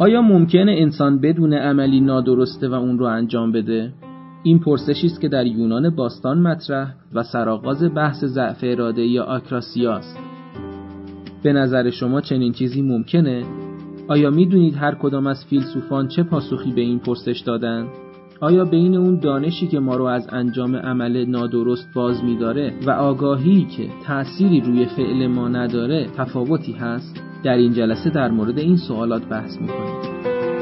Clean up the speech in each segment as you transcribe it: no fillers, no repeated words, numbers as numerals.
آیا ممکنه انسان بدون عملی نادرسته و اون رو انجام بده؟ این پرسشی است که در یونان باستان مطرح و سرآغاز بحث ضعف اراده یا آکراسیا است. به نظر شما چنین چیزی ممکنه؟ آیا میدونید هر کدام از فیلسوفان چه پاسخی به این پرسش دادن؟ آیا بین اون دانشی که ما رو از انجام عمل نادرست باز می‌داره و آگاهی که تأثیری روی فعل ما نداره تفاوتی هست؟ در این جلسه در مورد این سوالات بحث می‌کنیم.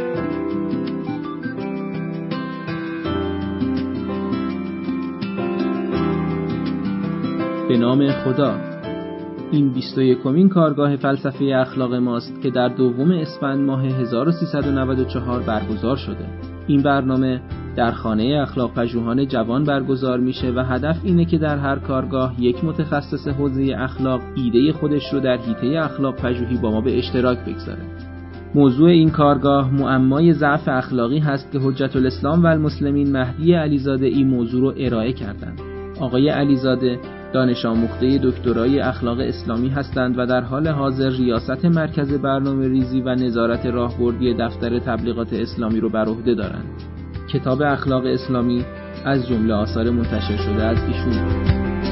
به نام خدا. این 21مین کارگاه فلسفه اخلاق ماست که در 2 اسفند ماه 1394 برگزار شده. این برنامه در خانه اخلاق پژوهان جوان برگزار میشه و هدف اینه که در هر کارگاه یک متخصص حوزه اخلاق ایده خودش رو در حیطه اخلاق پژوهی با ما به اشتراک بگذاره. موضوع این کارگاه معمای ضعف اخلاقی هست که حجت الاسلام و المسلمین مهدی علیزاده این موضوع رو ارائه کردند. آقای علیزاده دانش آموخته دکترای اخلاق اسلامی هستند و در حال حاضر ریاست مرکز برنامه‌ریزی و نظارت راهبردی دفتر تبلیغات اسلامی رو بر عهده دارند. کتاب اخلاق اسلامی از جمله آثار منتشر شده از ایشون.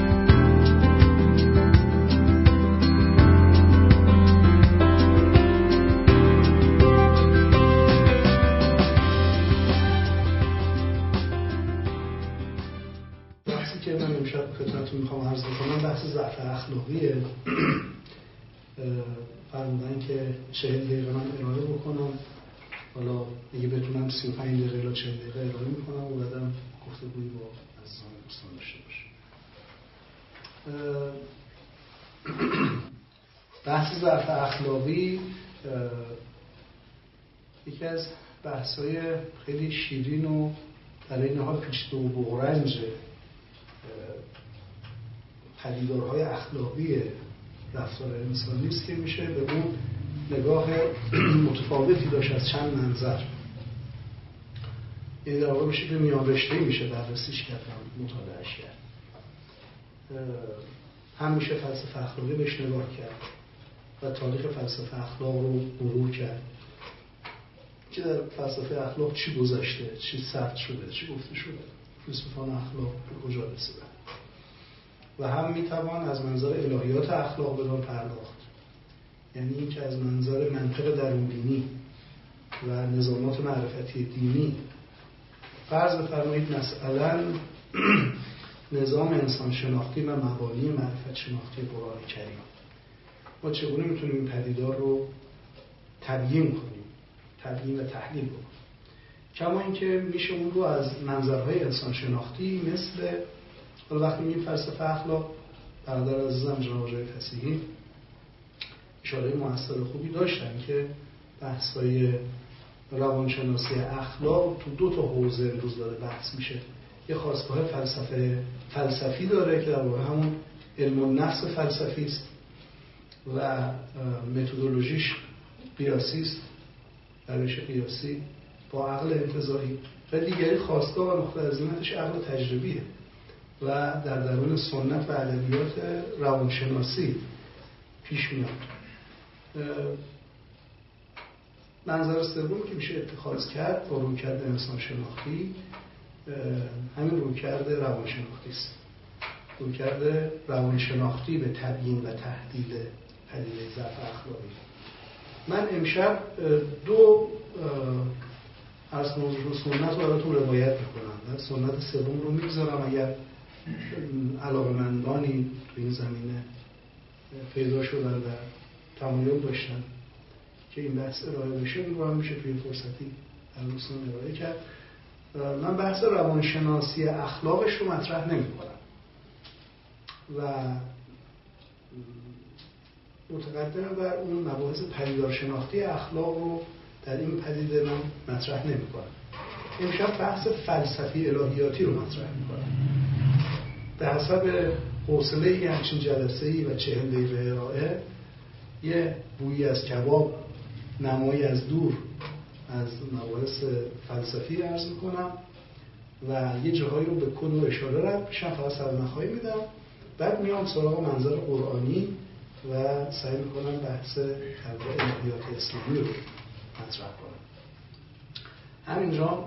بحثی که من امشب خدمتتون میخوام عرض کنم بحث ضعف اخلاقیه. فرمودن که 40 دقیقه من ارائه بکنم، حالا اگه بتونم 35 دقیقه یا 40 دقیقه ارائه میکنم و بعدم گفتگویی با عزیزان دوستان داشته باشیم. بحث ضعف اخلاقی یکی از بحث‌های خیلی شیرین و در این حال پیچیده و بغرنج پدیدارهای اخلاقی رفتار انسانی است که میشه به اون نگاه متفاوتی داشت از چند منظر. یعنی در واقع میشه که میان رشته‌ای میشه بررسیش کرد، مطالعهش کرد. هم میشه فلسفه اخلاقی بهش نگاه کرد و تاریخ فلسفه اخلاق رو مرور کرد که در فلسفه اخلاق چی گذشته، چی سرد شده، چی گفته شده، فیلسوفان اخلاق به کجا رسیدن. و هم میتوان از منظر الهیات اخلاق به آن پرداخت، یعنی این که از منظر منطق درونبینی و نظامات معرفتی دینی فرض بفرمایید مثلا نظام انسان شناختی و مبانی معرفت شناختی قرآن کریم، ما چگونه میتونیم این پدیدار رو تبیین کنیم، تبیین و تحلیل کنیم. کما اینکه میشه اون رو از منظرهای انسان شناختی مثل حالا وقتی میگیم فلسفه اخلاق، برادر عزیزم جناب آقای فصیحی اشاره موثر خوبی داشتن که بحث‌های روانشناسی اخلاق تو 2 حوزه امروز داره بحث میشه. یه خاستگاه فلسفی داره که در واقع همون علم النفس فلسفی است و متدولوژیش قیاسی است، روش قیاسی با عقل انتزاعی، و دیگری خاستگاه و نقطه عظیمتش عقل تجربیه و در درون سنت و ادبیات روانشناسی پیش میاد. منظر سوم که میشه اتخاذ کرد با رویکرد انسان شناختی همین رویکرد روانشناختی است. رویکرد روانشناختی به تبیین و تحلیل پدیده ضعف اخلاقی. من امشب 2 از موضوع سنت رو براتون روایت میکنم و سنت سوم رو میگذارم. اگر علاقه‌مندانی تو این زمینه پیدا شدن و تمایل داشتن که این بحث ارائه بشه، میگم میشه توی فرصتی در دوستان ارائه کرد. من بحث روانشناسی اخلاقش رو مطرح نمی‌کنم و متقدم بر اون مباحث پدیدارشناختی اخلاق رو در این پدیده من مطرح نمی‌کنم. امشب بحث فلسفی الهیاتی رو مطرح می‌کنم. به حسب حوصله یه همچین جلسه‌ای و 40 دقیقه ارائه یه بویی از کباب، نمایی از دور از مباحث فلسفی عرض میکنم و یه جاهایی رو به کد و اشاره رد میشم، فقط سرنخ‌هایی میدم، بعد میام سراغ منظر قرآنی و سعی میکنم بحث الهیات اسلامی رو مطرح کنم. همینجا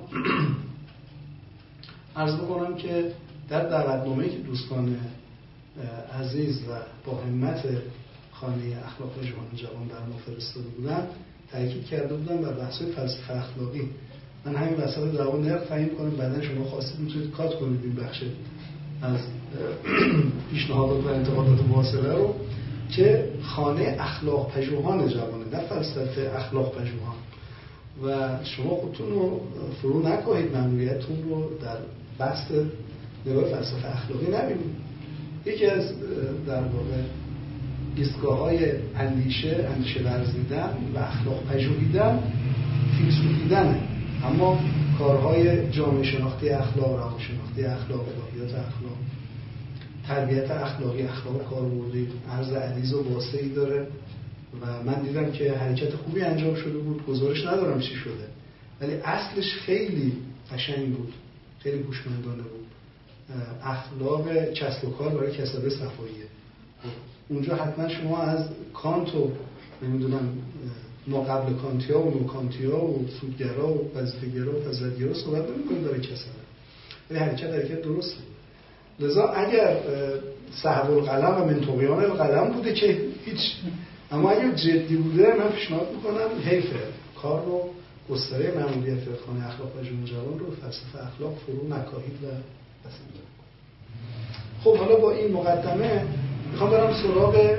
عرض بکنم که در دعوتنامه‌ای که دوستان عزیز و با همت خانه اخلاق پژوهان جوان در ما فرستاده بودن تاکید کرده بودن بر بحث‌های فلسفه اخلاقی. من همین وسط دعوا نرخ تعیین کنم، بعداً شما خواستید میتونید کات کنید این بخش از پیشنهادات و انتقادات واصله رو که خانه اخلاق پژوهان جوانه، نه فلسفه اخلاق پژوهان. و شما خودتون رو فرو نکاهید، مأموریتتون رو در بحث نگاه فلسفه اخلاقی نبینید. یکی از در واقع ایستگاه‌های اندیشه ورزیدن و اخلاق پژوهیدن فیلسوفیدنه، اما کارهای جامعه شناختی اخلاق، روانشناختی اخلاق، الهیات اخلاق، تربیت اخلاقی، اخلاق کاربردی عرض عریض و واسعی داره و من دیدم که حرکت خوبی انجام شده بود. گزارش ندارم چی شده، ولی اصلش خیلی قشنگ بود، خیلی هوشمندانه بود. اخلاق کسب و کار برای کسب صفاییه. اونجا حتما شما از کانت و نمیدونم ما قبل کانتیا و نوکانتیا و سودگرا و وظیفه‌گرا و فضیلت‌گرا صحبت نمی‌کنیم برای کسب، ولی حرکت درسته. لذا اگر صاحب القلم و من طغیان القلم بوده که هیچ، اما اگر جدی بوده من پیشنهاد میکنم حیفه کار رو گستره مأموریت خانه اخلاق پژوهان جوان رو فلسفه اخلاق فرو نکاهید و بسنده. خب حالا با این مقدمه میخوام برم سراغ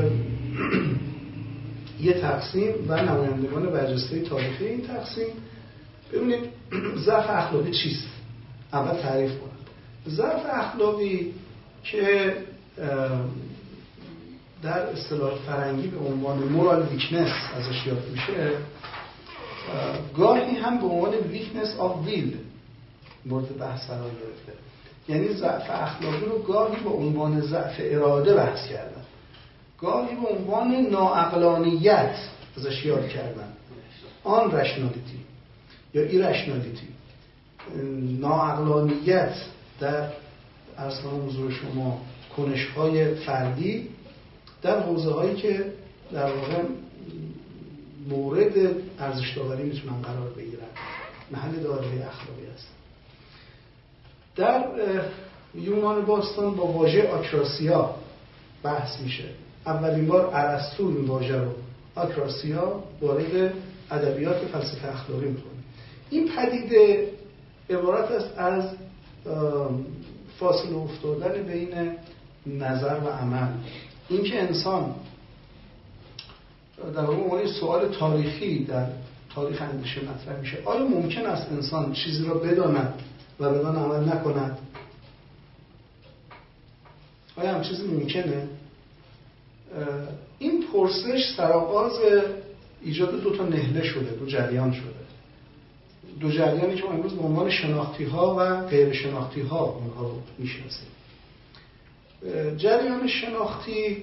یه تقسیم و نمایندگان برجسته تاریخی این تقسیم. ببینید ضعف اخلاقی چیست؟ اول تعریف کنم. ضعف اخلاقی که در اصطلاح فرنگی به عنوان مورال ویکنس ازش یاد میشه، گاهی هم به عنوان ویکنس آف ویل مورد بحث قرار گرفته. یعنی ضعف اخلاقی رو گاهی به عنوان ضعف اراده بحث کردن، گاهی به عنوان ناعقلانیت ازش یاد کردن، آن رشنالیتی یا ایرشنالیتی. ناعقلانیت در اصلا حضور شما کنش‌های فردی در حوزه‌هایی که در واقع مورد ارزش داوری میتونن قرار بگیرن، محل دایره اخلاقی است. در یونان باستان با واژه آکراسیا بحث میشه. اولین بار ارسطو این واژه رو آکراسیا وارد ادبیات فلسفه اخلاقی میکنه. این پدیده عبارت است از فاصله افتادن بین نظر و عمل. اینکه انسان در واقع سوال تاریخی در تاریخ اندیشه مطرح میشه، آیا ممکن است انسان چیزی را بداند و بدان عمل نکند؟ آیا هم چیزی ممکنه؟ این پرسش سرآغاز ایجاد دو تا نهله شده، دو جریان شده. دو جریانی که ما امروز به عنوان شناختی ها و غیر شناختی ها اونها رو میشناسیم. جریان شناختی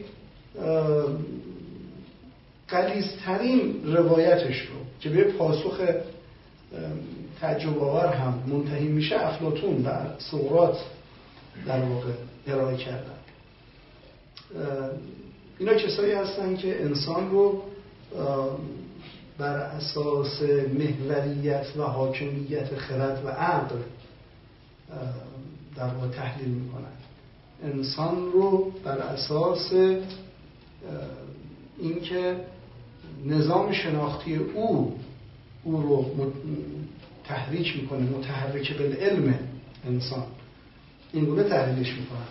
غلیظ‌ترین روایتش رو که به پاسخ تعجب آور هم منتهی میشه افلاطون و سقراط در واقع ارائه کردن. اینا کسایی هستن که انسان رو بر اساس محوریت و حاکمیت خرد و عقل در واقع تحلیل میکنن. انسان رو بر اساس اینکه نظام شناختی او رو تحریک میکنه، متحرک بالعلم انسان، این گونه تحلیلش میکنن.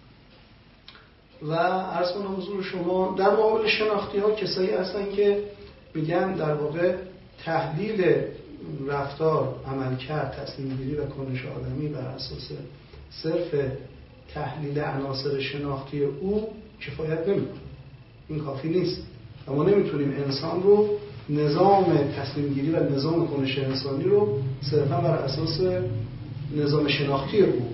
و عرض کنم حضور شما در مقابل شناختی ها کسایی هستن که میگن در واقع تحلیل رفتار، عملکرد، تصمیم گیری و کنش آدمی بر اساس صرف تحلیل عناصر شناختی او کفایت نمیکنه، این کافی نیست. اما نمیتونیم انسان رو، نظام تصمیم گیری و نظام کنش انسانی رو صرفا بر اساس نظام شناختی او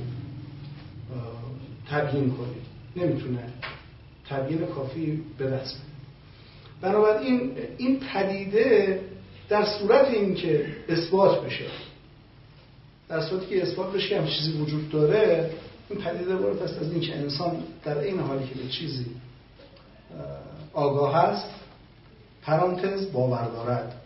تبیین کنیم، نمیتونه تبیین کافی به دست بیاره. بنابراین این پدیده در صورت اینکه اثبات بشه، در صورتی که اثبات بشه که هم چیزی وجود داره، این پدیده عبارت است از اینکه انسان در این حالی که به چیزی آگاه است، پرانتز باور دارد.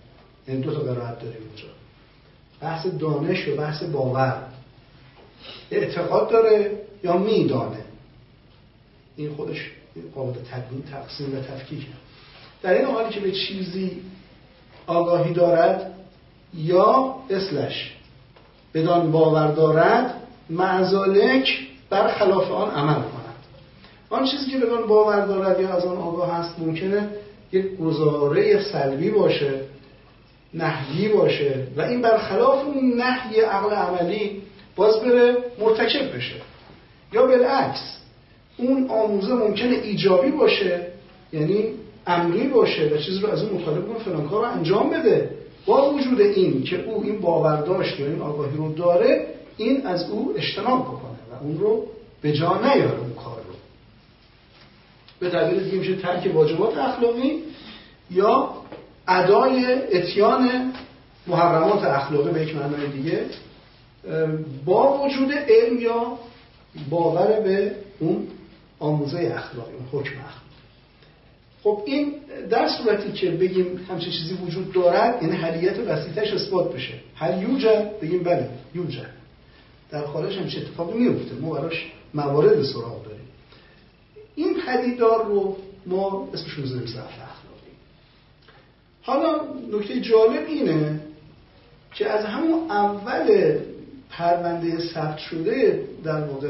یعنی دو تا قرائت داریم اونجا، بحث دانش و بحث باور. اعتقاد داره یا میدانه، این خودش قابل تبیین، تقسیم و تفکیک. در این حالی که به چیزی آگاهی دارد یا اصلش بدان باور دارد، معذالک برخلاف آن عمل کند. آن چیزی که بدان باور دارد یا از آن آگاه هست ممکنه یک گزاره سلبی باشه، نهیی باشه و این برخلاف اون نهی عقل عملی باز بره مرتکب بشه. یا بالعکس اون آموزه ممکنه ایجابی باشه، یعنی امری باشه و چیزی رو از اون مطالبه کنه فلان کار رو انجام بده، با وجود این که او این باور داشت یا این آگاهی رو داره، این از او اجتناب بکنه و اون رو به جا نیاره اون کار رو. به تعبیر دیگه میشه ترک واجبات اخلاقی یا ادای اتیان محرمات اخلاقی به یک معنای دیگه، با وجود علم یا باور به اون آموزه اخلاقی، اون حکم اخلاقی. خب این در صورتی که بگیم همچین چیزی وجود دارد، یعنی حلیت وسیعتش اثبات بشه. هل یوجد؟ بگیم بله یوجد. در خارج همچین اتفاقی میفته، ما براش موارد سراغ داریم. این پدیدار رو ما اسمش میذاریم ضعف اخلاقی. حالا نکته جالب اینه که از همون اول پرونده ثبت شده در واقع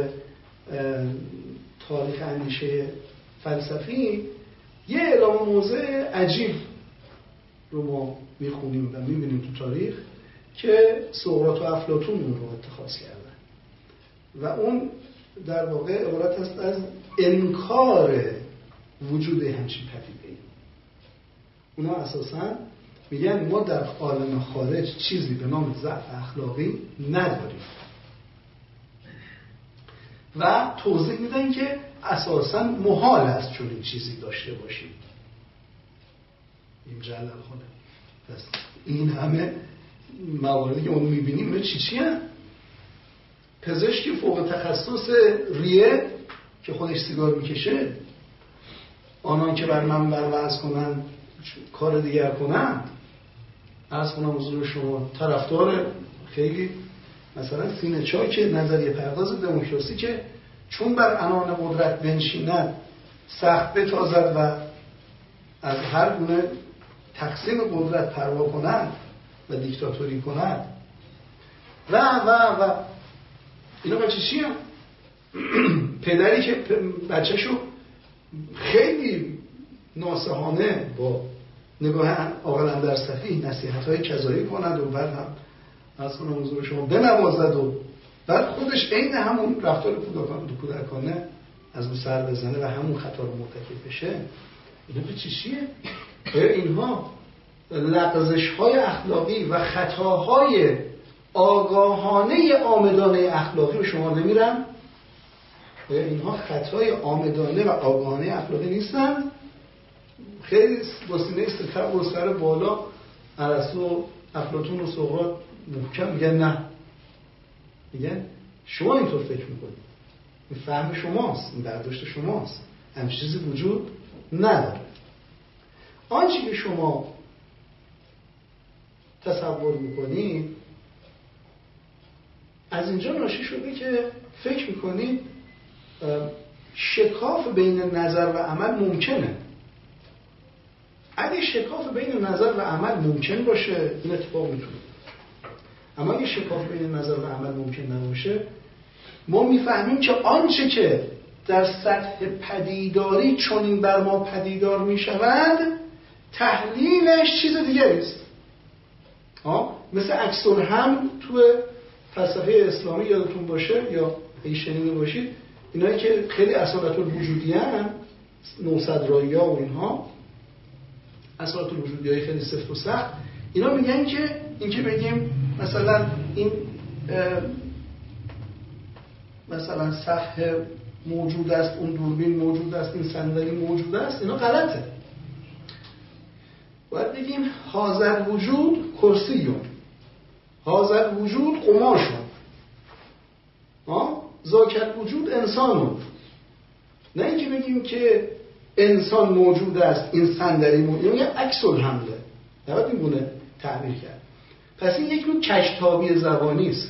تاریخ اندیشه فلسفی، یه اعلام موضع عجیب رو ما میخونیم و میبینیم تو تاریخ که سقراط و افلاطون اون رو اتخاذ کردن و اون در واقع عبارت است از انکار وجود همچین پدیده‌ای. اونا اساساً میگن ما در عالم خارج چیزی به نام ضعف اخلاقی نداریم و توضیح میدن که اساساً محال است چون این چیزی داشته باشیم. این جلل خونه. پس این همه مواردی که اون میبینیم اینا چی هست؟ پزشکی فوق تخصص ریه که خودش سیگار میکشه، آنان که بر منبر وعظ کنن کار دیگر کنن، عرض کنم حضور شما طرفدار خیلی مثلا سینه چاک نظریه پرداز دموکراسی که چون بر عنان قدرت بنشیند سخت بتازد و از هر گونه تقسیم قدرت پروا کند و دیکتاتوری کند و اینا بچه چی هم؟ پدری که بچه‌شو خیلی ناصحانه با نگاه عاقل اندرصفی نصیحت‌های کذایی کند و بعد هم از کنم حضور شما بنوازد و بعد خودش عین همون رفتار کودکانه از اون سر بزنه و همون خطا رو مرتکب بشه. اینا به چیه؟ اینها لغزش‌های اخلاقی و خطاهای آگاهانه عامدانه اخلاقی رو شما نمیرن؟ اینها خطای عامدانه و آگاهانه اخلاقی نیستن؟ خیلی با سینه ستر و سر بالا ارسطو، افلاطون و سقراط محکم میگن نه، میگن شما اینطور فکر میکنید، این فهم شماست، این برداشت شماست، همچین چیزی وجود نداره. آنچه که شما تصور میکنید از اینجا ناشی شده که فکر میکنید شکاف بین نظر و عمل ممکنه. اگه شکاف بین نظر و عمل ممکن باشه این اتفاق میتونه، اما اگه شکاف بین نظر و عمل ممکن نباشه، ما میفهمیم که آنچه که در سطح پدیداری چنین بر ما پدیدار میشود تحلیلش چیز دیگری است. مثل عکس‌الهم تو فلسفه اسلامی یادتون باشه یا اگه شنیده باشید، اینایی که خیلی اصالت الوجودی هستن، نوصدرایی‌ها و اینها، اصالت الوجودی‌های خیلی سفت و سخت، اینا میگن که اینکه بگیم مثلا این مثلا صفحه موجود است، اون دوربین موجود است، این صندلی موجود است، اینا غلطه. باید بگیم حاضر وجود کرسیون، حاضر وجود قماشون، ذاکر وجود انسانون. نه اینکه بگیم که انسان موجود است این صندلی موجود، یعنی عکس الحمله. نباید این گونه تعبیر کرد. پس این یک نوع کشتابی زبانی است.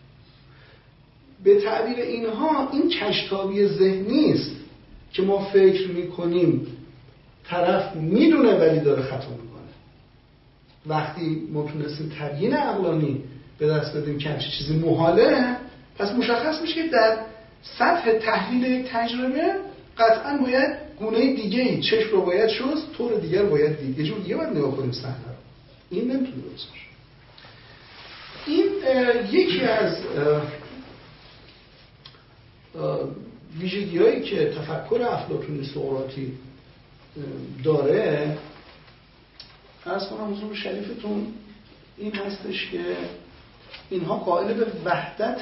به تعبیر اینها این کشتابی ذهنی است که ما فکر میکنیم طرف میدونه ولی داره خطا میکنه. وقتی ما تونستیم تبیین عقلانی به دست بدیم که همچین چیزی محاله، پس مشخص میشه که در سطح تحلیل یک تجربه قطعا باید گونه دیگه‌ای چشم رو باید شست، طور دیگر باید دید، یه جور دیگه باید نگاه کنیم صحنه رو. این نمیتونه درست باشه. این یکی از ویژگی‌هایی که تفکر افلاطونی سقراطی داره، عرض کنم حضور شریفتون، این هستش که اینها قائل به وحدت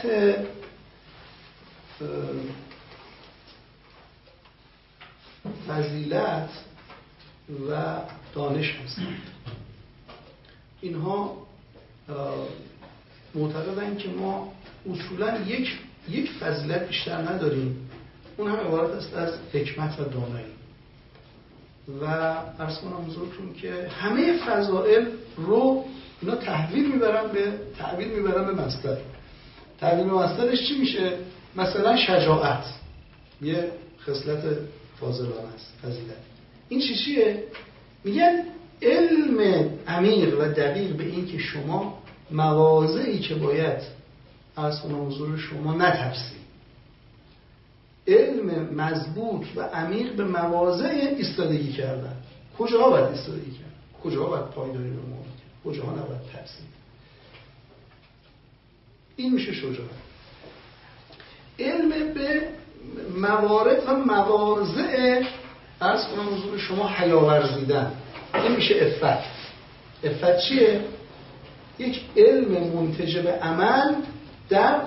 فضیلت و دانش هستند. اینها معتقدند که ما اصولاً یک فضیلت بیشتر نداریم، اون هم عبارت است از حکمت و دانایی. و عرض کنم حضورتون که همه فضائل رو اینا تعبیر میبرن به مصدر. تعبیر به مصدرش چی میشه؟ مثلا شجاعت یه خصلت فاضلانه است، فضیلت. این چیه؟ میگن علم عمیق و دقیق به این که شما مواضعی که باید عرض کنم حضور شما نترسید، علم مضبوط و عمیق به مواضع ایستادگی کردن. کجاها باید ایستادگی کرد، کجاها باید پایداری رو مورد، کجاها نباید ترسید. این میشه شجاعت. علم به موارد و مواضع عرض کنم حضور شما حیا ورزیدن. این میشه عفت. عفت چیه؟ یک علم منتج به عمل در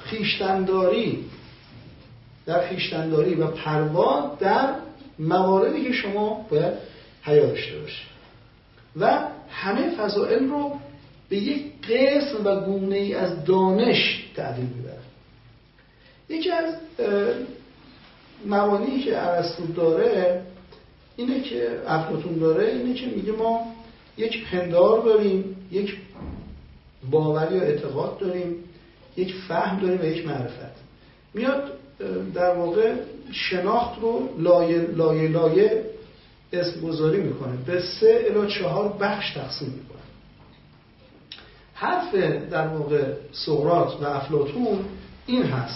خویشتن‌داری و پروا در مواردی که شما باید حیا داشته باشید و همه فضائل رو به یک قسم و گونه‌ای از دانش تعبیر می‌برن. یکی از مبانی که ارسطو داره اینه که افلاطون داره اینه که میگه ما یک پندار داریم، یک باور یا اعتقاد داریم، یک فهم داریم و یک معرفت. میاد در واقع شناخت رو لایه اسم گذاری میکنه، به 3 الی 4 بخش تقسیم میکنه. حرف در واقع سقراط و افلاطون این هست،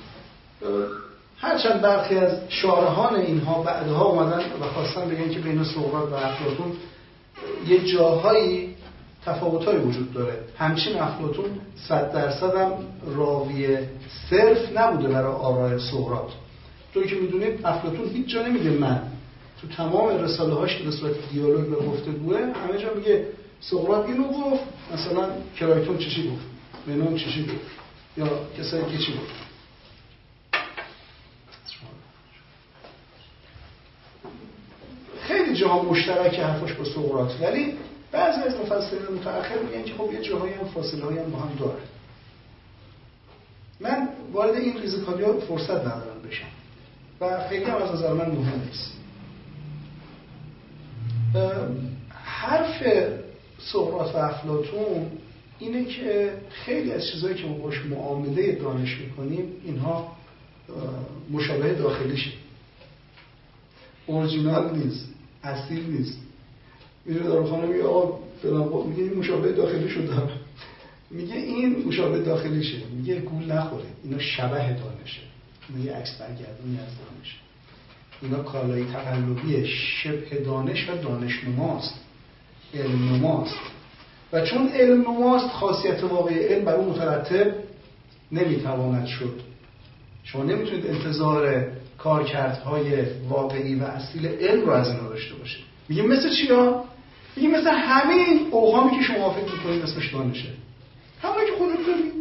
هرچند برخی از شارحان اینها بعدها اومدن و خواستن بگن که بین سقراط و افلاطون یه جاهایی تفاوت‌های وجود داره، همچنین افلاطون 100% هم راوی صرف نبوده برای آراء سقراط. طوری که میدونید افلاطون هیچ جا نمیگه من، تو تمام رساله‌هاش که به صورت دیالوگ و گفتگوه همه جا میگه سقراط اینو گفت، مثلا کرایتون چی گفت، منون چی گفت، یا کسایی که چی گفت. خیلی جاها مشترک حرفش با سقراط، ولی بعضی از مفسرین متأخر میگن که خب یه جاهایی هم فاصله‌هایی هم با هم داره. من وارد این ریزکاری‌ها فرصت ندارم بشم و خیلی هم از نظر من مهم نیست. حرف سقراط و افلاطون اینه که خیلی از چیزایی که ما باش معامله دانش میکنیم اینها مشابه داخلیشه، اورجینال نیست، اصیل نیست. میره داروخانه میگه آقا فلان، میگه این مشابه داخلی شده، میگه این مشابه داخلیشه، میگه گول نخوره، اینا شبه دانشه، اینا یه عکس برگردونی از دانشه، اینا کالای تقلبی شبه دانش و دانش نماست، علم نماست. و چون علم نماست خاصیت واقعی علم بر اون مترتب نمیتواند شد. شما نمیتونید انتظار کارکردهای واقعی و اصیل علم رو از اینا داشته باشید. میگه مثل چیا؟ میگه مثل همین اوهامی که شما فکر میکنید اسمش دانشه، همونی که خودت داری.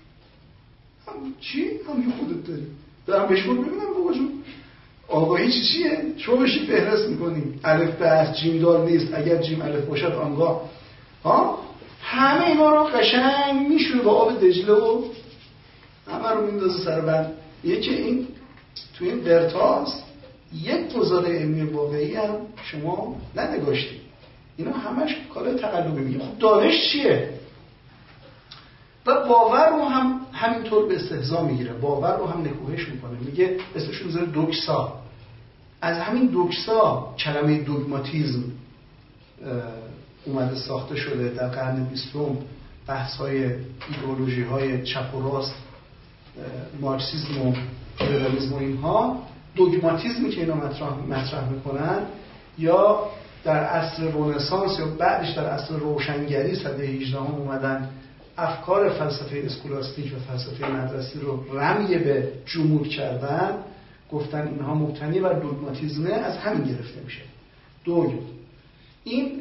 چی؟ همونی که خودت داری. دارم بهش بگم بابا جون آگاهی چیه؟ شما بشید فهرست میکنید الف به از جیم دال نیست، اگر جیم الف باشد آنگاه همه اینا رو قشنگ میشوره با آب دجله و همه رو میندازه سر بند. یکی این تو این درتاست یک گزاره علمی واقعی هم شما ننگاشتید. اینا همش کارهای تقلبی میگه. خب دانش چیه؟ و باور رو هم همینطور به استهزا میگیره، باور رو هم نکوهش میکنه، میگه اسمش رو میذاره دوکسا. از همین دوکسا کلمه دوگماتیزم اومده ساخته شده. در قرن 20 بحث های ایدئولوژی های چپ و راست، مارکسیسم و لیبرالیسم و اینها، دوگماتیزمی که اینا مطرح میکنن، یا در عصر رنسانس یا بعدش در عصر روشنگری سده 18 اومدن افکار فلسفه اسکولاستیک و فلسفه مدرسی رو رمی به جمود کردن، گفتن اینها مبتنی بر دوگماتیزمه، از همین گرفته میشه دوگم. این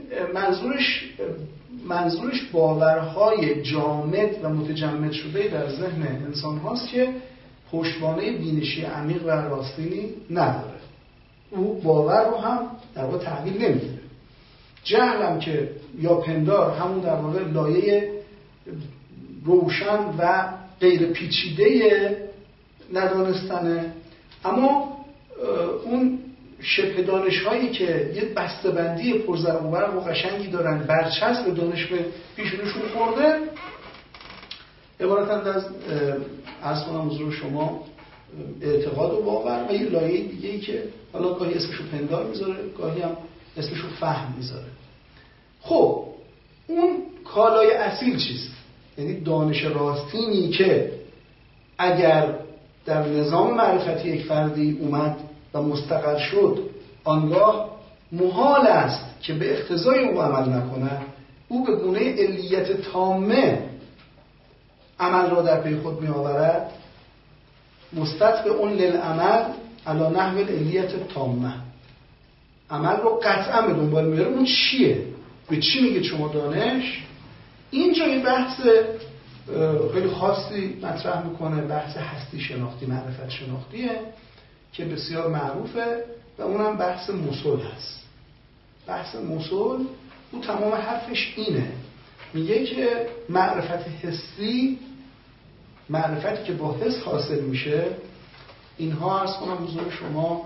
منظورش باورهای جامد و متجمد شده در ذهن انسان هاست که پشتوانه بینشی عمیق و راستینی نداره. او باور رو هم در واقع تحویل نمیده. جهل هم که یا پندار، همون در واقع لایه روشن و غیر پیچیده ندانستنه، اما اون شبه دانش هایی که یه بسته‌بندی پرزرق و برق و قشنگی دارن، برچسب دانش به پیشونشون خورده، عبارتند از عرض کنم حضور شما اعتقاد و باور و یه لایه دیگه‌ای که حالا گاهی اسمشو پندار میذاره، گاهی هم اسمشو فهم میذاره. خب اون کالای اصیل چیست؟ یعنی دانش راستینی که اگر در نظام معرفتی یک فردی اومد و مستقر شد، آنگاه محال است که به اقتضای او عمل نکند، او به گونه علیت تامه عمل را در پی خود می آورد، مستطب اون للعمل علی نحو علیت تامه، عمل رو قطعا به دنبال میبره. اون چیه؟ به چی میگه شما دانش؟ اینجا یه بحث خیلی خاصی مطرح میکنه، بحث هستی شناختی، معرفت شناختیه که بسیار معروفه و اونم بحث موصول هست. بحث موصول، او تمام حرفش اینه، میگه که معرفت حسی، معرفتی که با حس حاصل میشه، اینها عرض کنم حضور شما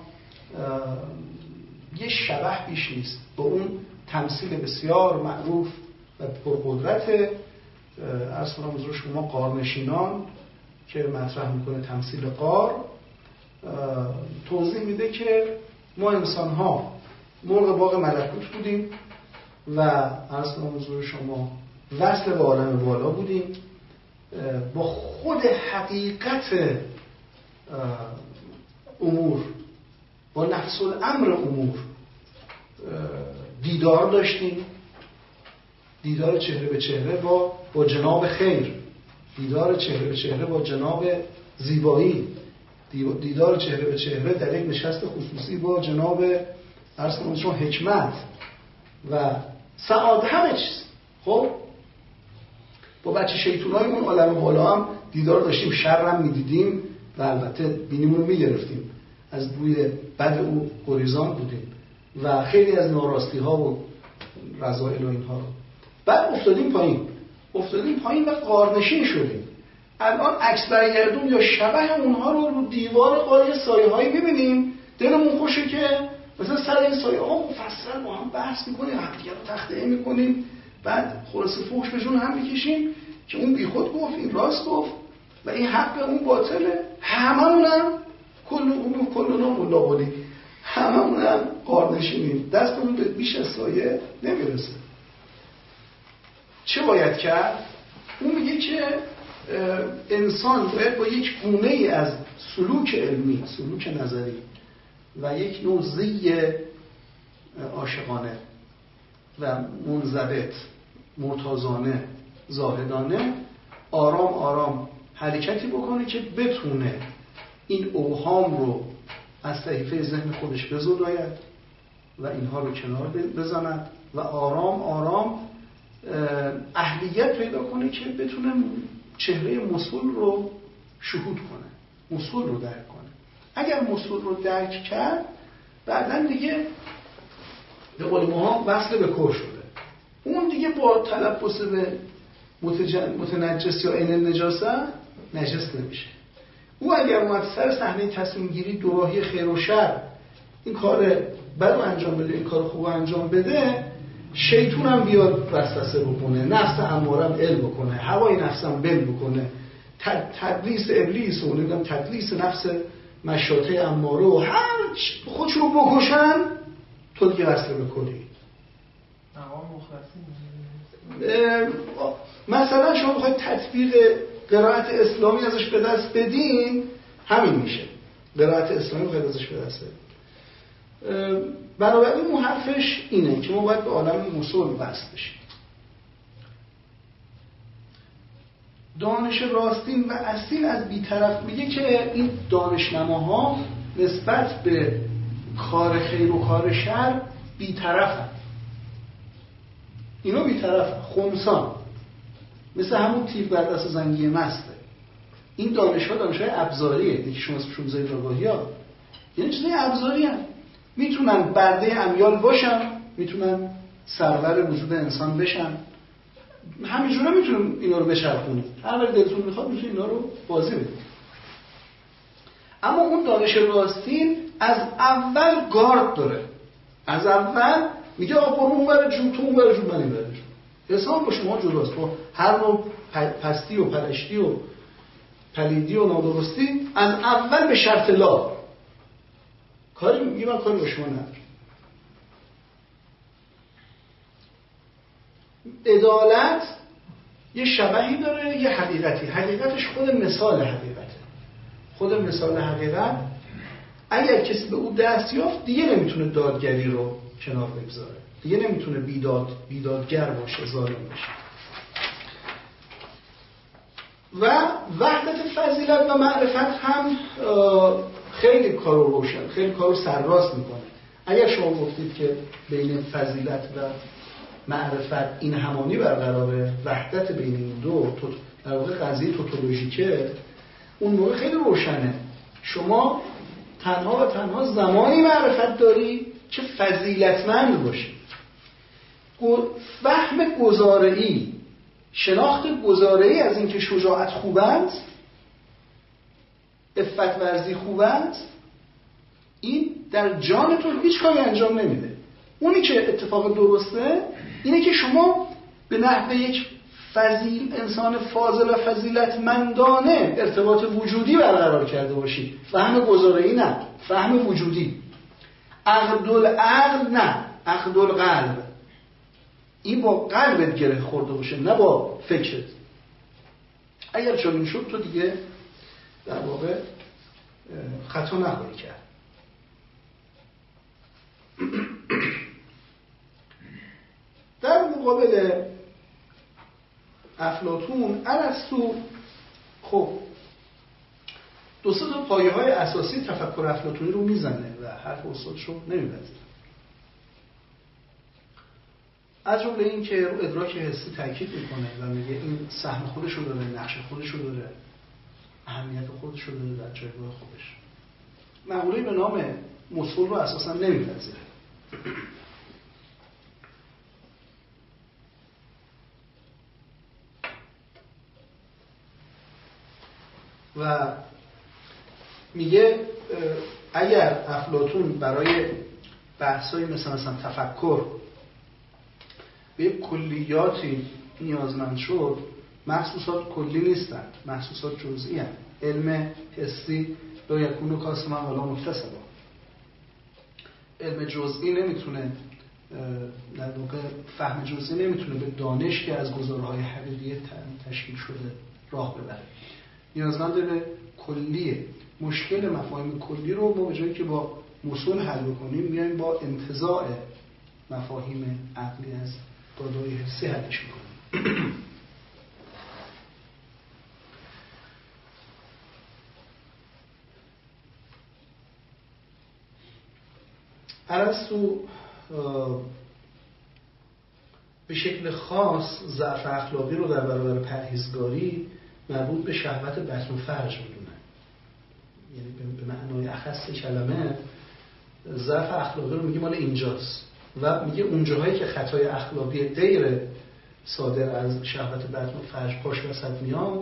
یه شبه بیش نیست با اون تمثیل بسیار معروف و پرقدرت عرض کنم حضور شما غارنشینان که مطرح میکنه تمثیل غار. توضیح میده که ما انسان ها مرغ باغ ملکوت بودیم و عرض کنم حضور شما وصل به عالم بالا بودیم، با خود حقیقت امور، با نفس الامر امور دیدار داشتیم، دیدار چهره به چهره با جناب خیر، دیدار چهره به چهره با جناب زیبایی، دیدار چهره به چهره در یک نشست خصوصی با جناب عرض کنم شما حکمت و سعادت، همه چیز. خب با بچه شیطونای اون عالم بالا هم دیدار داشتیم، شر هم میدیدیم و البته بینیمون رو میگرفتیم، از بوی بد او گریزان بودیم و خیلی از ناراستی ها و رذائل و اینها رو. بعد افتادیم پایین و غارنشین شدیم. الان عکس برگردون یا شبه اونها رو دیوار غار سایه هایی میبینیم، دلمون خوشه که مثلا سر این سایه ها مفصل با هم بحث میکنیم، همدیگه رو تخطئه میکنیم، بعد خلاصه فحش به جون هم میکشیم که اون بیخود گفت، این راست گفت و این حق اون باطله. هممونم کلنا ملاقالی، هممونم غارنشینیم، دستمون به بیش از سایه نمیرسه. چه باید کرد؟ اون میگه که انسان باید با یک گونه ای از سلوک علمی، سلوک نظری و یک نوع زی عاشقانه و منضبط، مرتضانه، زاهدانه، آرام آرام حرکتی بکنه که بتونه این اوهام رو از صحیفه ذهن خودش بزداید و اینها رو کنار بزند و آرام آرام اهلیت پیدا کنه که بتونه چهره موصول رو شهود کنه، موصول رو درک کنه. اگر موصول رو درک کرد، بعدن دیگه به قول ما وصل به کور شده. اون دیگه با تلبس به متنجس یا عین النجاسه نجس نمیشه. او اگر اومد سر صحنه تصمیم گیری دوراهی خیر و شر این کار بد رو انجام بده، این کار خوب رو انجام بده، شیطونم بیاد وسوسه بکنه، نفس امارم ال بکنه، هوای نفسم بل بکنه، تدلیس ابلیس و نمیدونم تدلیس نفس مشاطه اماره و هر خودش رو بکشن، تو دیگه وصل بکنی. مثلا شما بخواید تطبیق قرائت اسلامی ازش به دست بدین، همین میشه. قرائت اسلامی بخواید ازش به دست بدین. بنابراین اون حرفش اینه که ما باید به عالم وصول وصل بشیم. دانش راستین و اصیل از بی‌طرف میگه که این دانشنماها نسبت به کار خیر و کار شر بی‌طرفن. اینا بی‌طرفن، خنثان، مثل همون تیر بر دست زنگی مسته. این دانش‌ها دانش‌های ابزاریه، یکی شما اسمشون زیر آگاهی‌ها، یعنی چیزای ابزاری هستن. میتونن برده امیال باشن، میتونن سرور وجود انسان بشن، همینجوره میتونن اینا رو بچرخونید، هر وقت دلتون میخواد میتونید اینا رو بازی بدید. اما اون دانش راستین از اول گارد داره، از اول میگه آقا برو اون بره جون، تو اون بره جون، من این بره جون. حساب با شما جداست، با هر نوع پستی و پلشتی و پلیدی و نادرستی از اول به شرط لا کاری میگه، من کاری با شما ندارم. عدالت یه شبهی داره، یه حقیقتی. حقیقتش خود مثال حقیقته. خود مثال حقیقت اگر کسی به او دست یافت دیگه نمیتونه دادگری رو کنار بگذاره، دیگه نمیتونه بیدادگر باشه، ظالم باشه. و وحدت فضیلت و معرفت هم خیلی کارو روشن، خیلی کارو سرراست میکنه. اگر شما گفتید که بین فضیلت و معرفت این همانی برقراره، وحدت بین این دو در واقع قضیه توتولوژیکه، اون موقع خیلی روشنه. شما تنها و تنها زمانی معرفت داری که فضیلتمند باشی. فهم گزاره‌ای، شناخت گزاره‌ای از اینکه شجاعت خوبند، عفت ورزی خوبند، این در جان تو هیچ کاری انجام نمیده. اونی که اتفاق درسته اینه که شما به نحو یک انسان فاضل و فضیلتمندانه ارتباط وجودی برقرار کرده باشی. فهم گزاره‌ای نه، فهم وجودی. عقد العقل نه، عقد القلب. این با قلبت گره خورده باشه، نه با فکرت. اگر چنین شد تو دیگه در واقع خطا نخواهی کرد. در مقابل افلاطون، ارسطو خب دو سه تا پایه‌های اساسی تفکر افلاطونی رو میزنه و حرف استادش رو نمی‌پذیره. از جمله این که رو ادراک حسی تاکید میکنه و میگه این سهم خودش رو داره، نقش خودش رو داره، اهمیت خودش رو داره در جایگاه خودش. مقوله‌ای به نام مسئول رو اساسا نمی‌پذیره. و میگه اگر افلاطون برای بحث‌های مثلا تفکر به کلیاتی نیازمند شد، محسوسات کلی نیستند، محسوسات جزئی هستند. علم حسی لا یکون کاسما ولا مکتسبا. علم جزئی نمیتونه، در واقع فهم جزئی نمیتونه به دانش که از گزارهای حقیقی تشکیل شده راه ببره. نیازمند به کلیه. مشکل مفاهیم کلی رو ما به جایی که با مسئول حل بکنیم، میایم با انتزاع مفاهیم عقلی از داده‌های حسی حلش میکنیم. ارسطو به شکل خاص ضعف اخلاقی رو در برابر پرهیزگاری مربوط به شهوت بطن و فرج میدونه. یعنی به معنای اخص کلمه ضعف اخلاقی رو میگه مال اینجاست و میگه اونجاهایی که خطای اخلاقی غیر صادر از شهوت بطن و فرج پاش وسط میاد،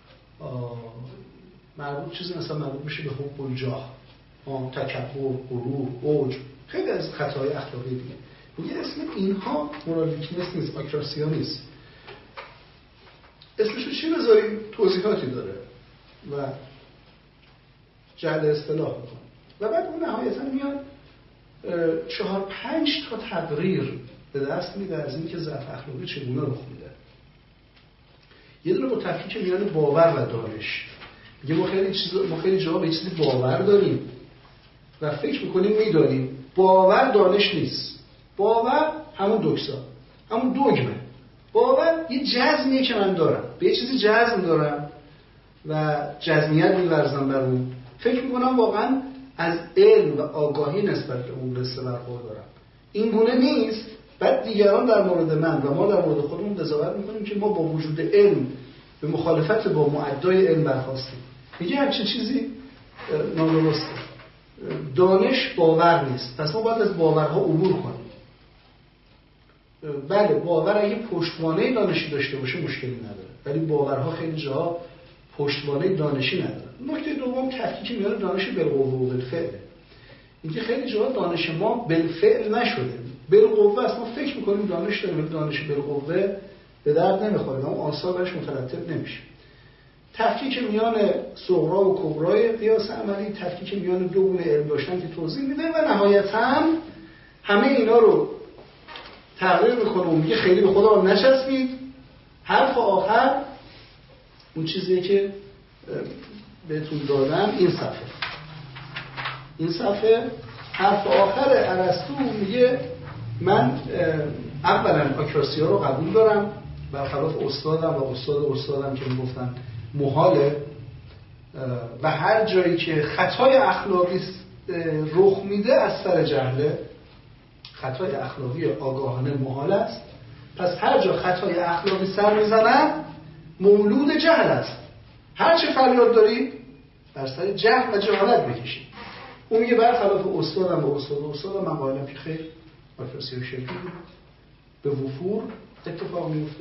مربوط چیزی مثلا مربوط میشه به حب الجاه، تکبر، غرور، عجب، خیلی از خطای اخلاقی دیگه. میگه اسم اینها مورال ویکنس نیست، آکراسیا نیست. اسمشو چی بذاریم؟ توضیحاتی داره و جعل اصطلاح میکنه و بعد اون نهایتا میاد 4-5 تا تقریر به دست میده از این که ضعف اخلاقی چگونه رخ میده. یه دونه با تفکیک میان باور و دانش. میگه ما خیلی جاها به چیزی باور داریم و فکر میکنیم میدانیم. باور دانش نیست. باور همون دوکسا، همون دوگمه. باور یه جزمیه که من دارم، به یه چیزی جزم دارم و جزمیت می‌ورزم بر اون. فکر میکنم واقعا از علم و آگاهی نسبت به اون قصه برخوردارم. این گونه نیست. بعد دیگران در مورد من و ما در مورد خودمون قضاوت میکنیم که ما با وجود علم به مخالفت با معدای علم برخواستیم. میگه همچین چیزی نادرسته. دانش باور نیست، پس ما باید از باورها عبور کنیم. بله باور اگه پشتوانه دانشی داشته باشه مشکلی نداره، ولی باورها خیلی جاها پشتوانه دانشی نداره. نکته دوم تفکیک میان دانش بالقوه و بالفعل. اینکه خیلی جاها دانش ما بالفعل نشده. بالقوه است، ما فکر میکنیم دانش داریم، دانش بالقوه به درد نمیخوره، اون آثار برش مترتب نمیشه. تفکیک میان صغرا و کبرای قیاس عملی، تفکیک میان دو گونه علم داشتن که توضیح میده و نهایتاً همه اینا رو تغییر میکنه و میگه خیلی به خودم نچسبید. حرف آخر اون چیزیه که بهتون دادم این صفحه حرف آخر ارسطو میگه من اولا آکراسیا رو قبول دارم برخلاف استادم و استادم که میگفتن محاله و هر جایی که خطای اخلاقی رخ میده از سر جهله. خطای اخلاقی آگاهانه محال است، پس هر جا خطای اخلاقی سر میزنن مولود جهل است. هر چه فریاد دارید بر سر جهل و جهالت بکشید. اون میگه برخلاف استادم و استادم من قائلم که خیر آکراسیا شکلی به وفور اتفاق میفته.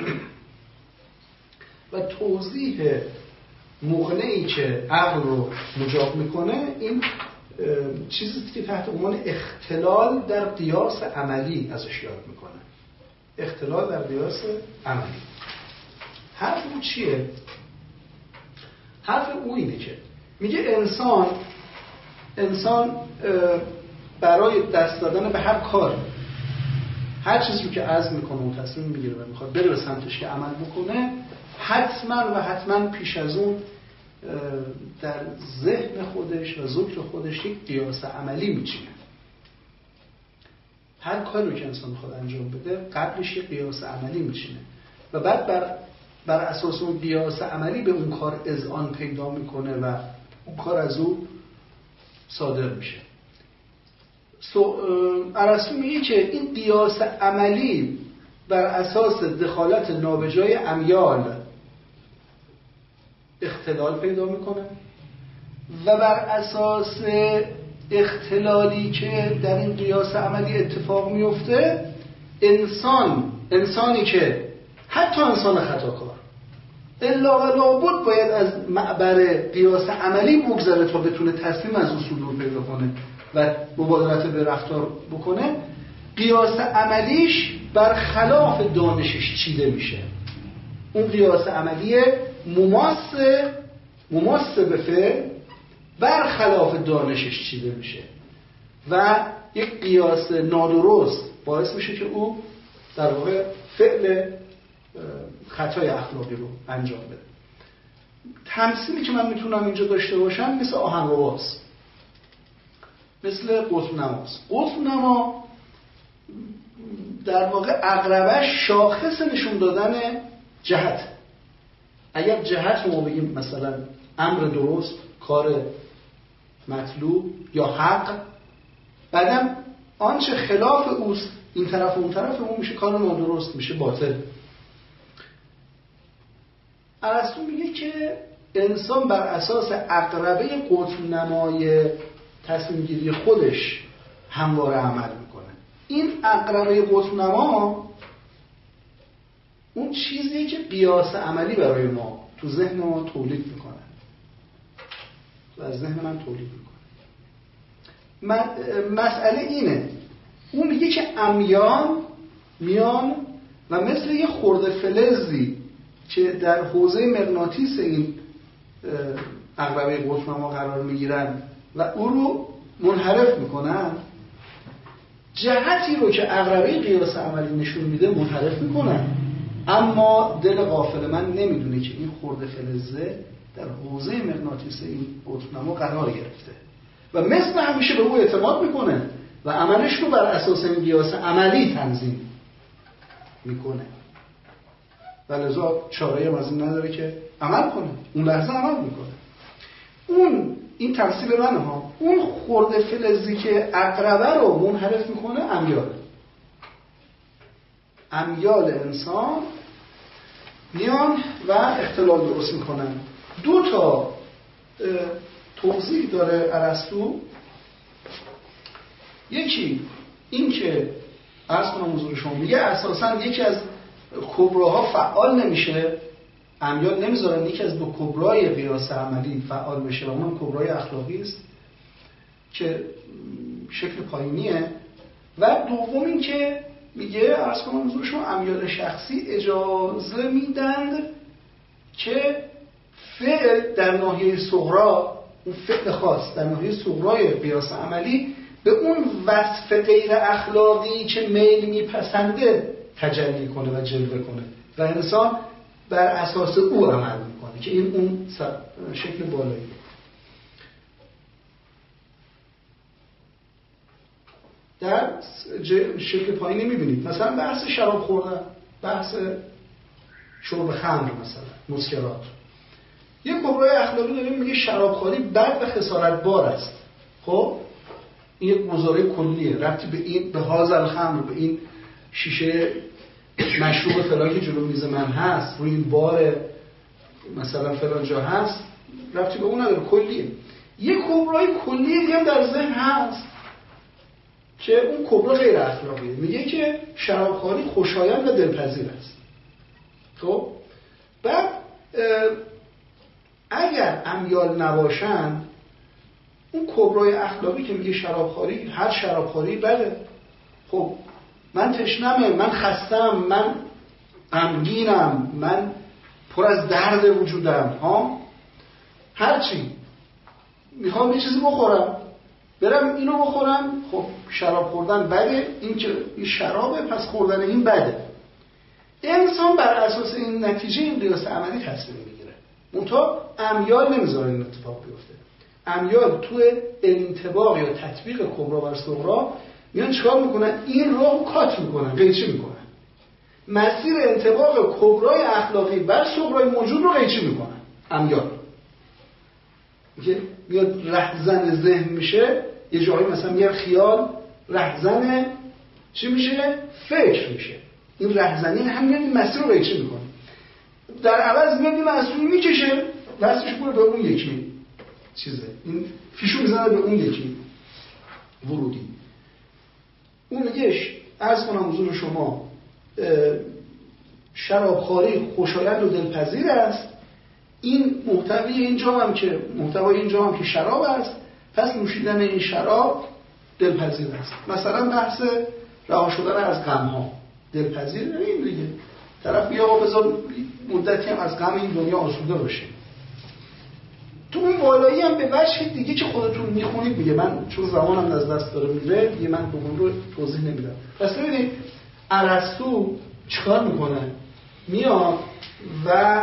و توضیح مقنعی که عقل رو مجاب میکنه این چیزی که تحت عنوان اختلال در قیاس عملی ازش یاد میکنه. اختلال در قیاس عملی. حرف او چیه؟ حرف او اینه که میگه انسان برای دست دادن به هر کار، هر چیزی رو که عزم میکنه و تصمیم میگیره و میخواد بره به سمتش که عمل بکنه، حتما پیش از اون در ذهن خودش و ذکر خودش یک قیاس عملی میچینه. هر کاری رو که انسان میخواد انجام بده قبلش یک قیاس عملی میچینه و بعد بر اساس اون قیاس عملی به اون کار اذعان پیدا میکنه و اون کار از او صادر میشه. ارسطو میگه که این قیاس عملی بر اساس دخالت نابجای امیال اختلال پیدا میکنه و بر اساس اختلالی که در این قیاس عملی اتفاق میفته انسانی که حتی انسان خطاکار الا و لابد باید از معبر قیاس عملی بگذره تا بتونه تصمیم از او صدور پیدا کنه و مبادرت به رفتار بکنه. قیاس عملیش برخلاف دانشش چیده میشه. اون قیاس عملی مماس به فعل برخلاف دانشش چیده میشه و یک قیاس نادرست باعث میشه که او در واقع فعل خطای اخلاقی رو انجام بده. تمثیلی که من میتونم اینجا داشته باشم مثل آهنرباست، مثل قطب نماست. قطب نما در واقع عقربش شاخص نشون دادن جهت. اگر جهت رو ما بگیم مثلا امر درست، کار مطلوب یا حق، بعدم آنچه خلاف اوست این طرف و اون طرف اون میشه کار نادرست، میشه باطل. ارسطو میگه که انسان بر اساس عقربه قطب نمای تصمیم گیری خودش همواره عمل میکنه. این عقربه قطب نما اون چیزیه که قیاس عملی برای ما تو ذهن ما تولید میکنه و از ذهن من تولید میکنه. مسئله اینه اون میگه که امیان میان و مثل یه خرده فلزی که در حوزه مغناطیس این عقربه قطب‌نما قرار میگیرن و او رو منحرف میکنن، جهتی رو که عقربه قیاس عملی نشون میده منحرف میکنن، اما دل غافل من نمیدونه که این خرده فلزه در حوزه مغناطیس این قطب‌نما قرار گرفته و مثل همیشه به او اعتماد میکنه و عملش رو بر اساس این قیاس عملی تنظیم میکنه و لذا چاره‌ای هم از این نداره که عمل کنه، اون لحظه عمل میکنه. این تفسیر منه ها. اون خرده فلزی که عقربه رو منحرف میکنه امیال انسان میان و اختلال درست میکنن. 2 تا توضیح داره ارسطو. یکی این که عرض کنم حضور شما، میگه اساساً یکی از کبراها فعال نمیشه، امیال نمیذارن یکی از 2 کبرای قیاس عملی فعال بشه و اونم کبرای اخلاقی است که شکل پایینیه. و دوم این که میگه عرض کنم حضور شما امیال شخصی اجازه میدند که فعل در ناحیه صغرا، اون فعل خاص در ناحیه صغرای قیاس عملی به اون وصف غیر اخلاقی که میل میپسنده تجلی کنه و جلوه کنه و انسان بر اساس او عمل میکنه که این اون شکل بالایی. در شکل پایینی میبینید مثلا بحث شراب خوردن، بحث شرب خمر، مثلا مسکرات. یک کبرای اخلاقی داریم میگه شرابخوری بد و خسارت بار است. خب این یک گزاره کلیه، ربطی به این به هازل خمر، به این شیشه مشروب فلان که جلو میز من هست، روی این بار مثلا فلان جا هست، ربطی به اون نداره، کلیه. یک کبرای کلی دیگه در ذهن هست که اون کبرا غیر اخلاقیه، میگه که شرابخواری خوشایند و دلپذیر است. خب بعد اگر امیال نباشن، اون کبرای اخلاقی که میگه شرابخواری، هر شرابخواری بله، خب من تشنمه، من خستم، من غمگینم، من پر از درد وجودم، هرچی میخوام یه چیزی بخورم، برم اینو بخورم، خب شراب خوردن بده، این که این شرابه پس خوردن این بده. انسان بر اساس این نتیجه این قیاس عملی تصمیم میگیره، منتها امیال نمیذاره این اتفاق بیفته. امیال تو انطباق یا تطبیق کبرا بر صغرا میان چیکار میکنن؟ این رو کات میکنن، قیچی میکنن. مسیر انطباق کبرای اخلاقی بر صغرای موجود رو قیچی میکنن امیال. که میاد رهزن ذهن میشه، یه جایی مثلا میگه خیال رهزن چی میشه؟ فکر میشه. این رهزنی هم میاد این مسیر رو قیچی میکنه، در عوض میاد این مسیر میکشه، دستش کنه به اون یکی چیزه، این فیشو میزنه به اون یکی ورودی. اون میگه عرض کنم حضور شما شرابخواری خوشایند و دلپذیر است، این محتوای اینجا هم که شراب است، پس نوشیدن این شراب دلپذیر است. مثلا بحث رها شدن از غم ها دلپذیر، این دیگه طرف بیا بذار مدتی هم از غم این دنیا آسوده باشه. تو اون بالایی هم به وجه دیگه که خودتون میخونید میگه، من چون زمانم از دست داره میره دیگه من به اون رو توضیح نمیدم. پس ببینید ارسطو چیکار میکنه؟ میاد و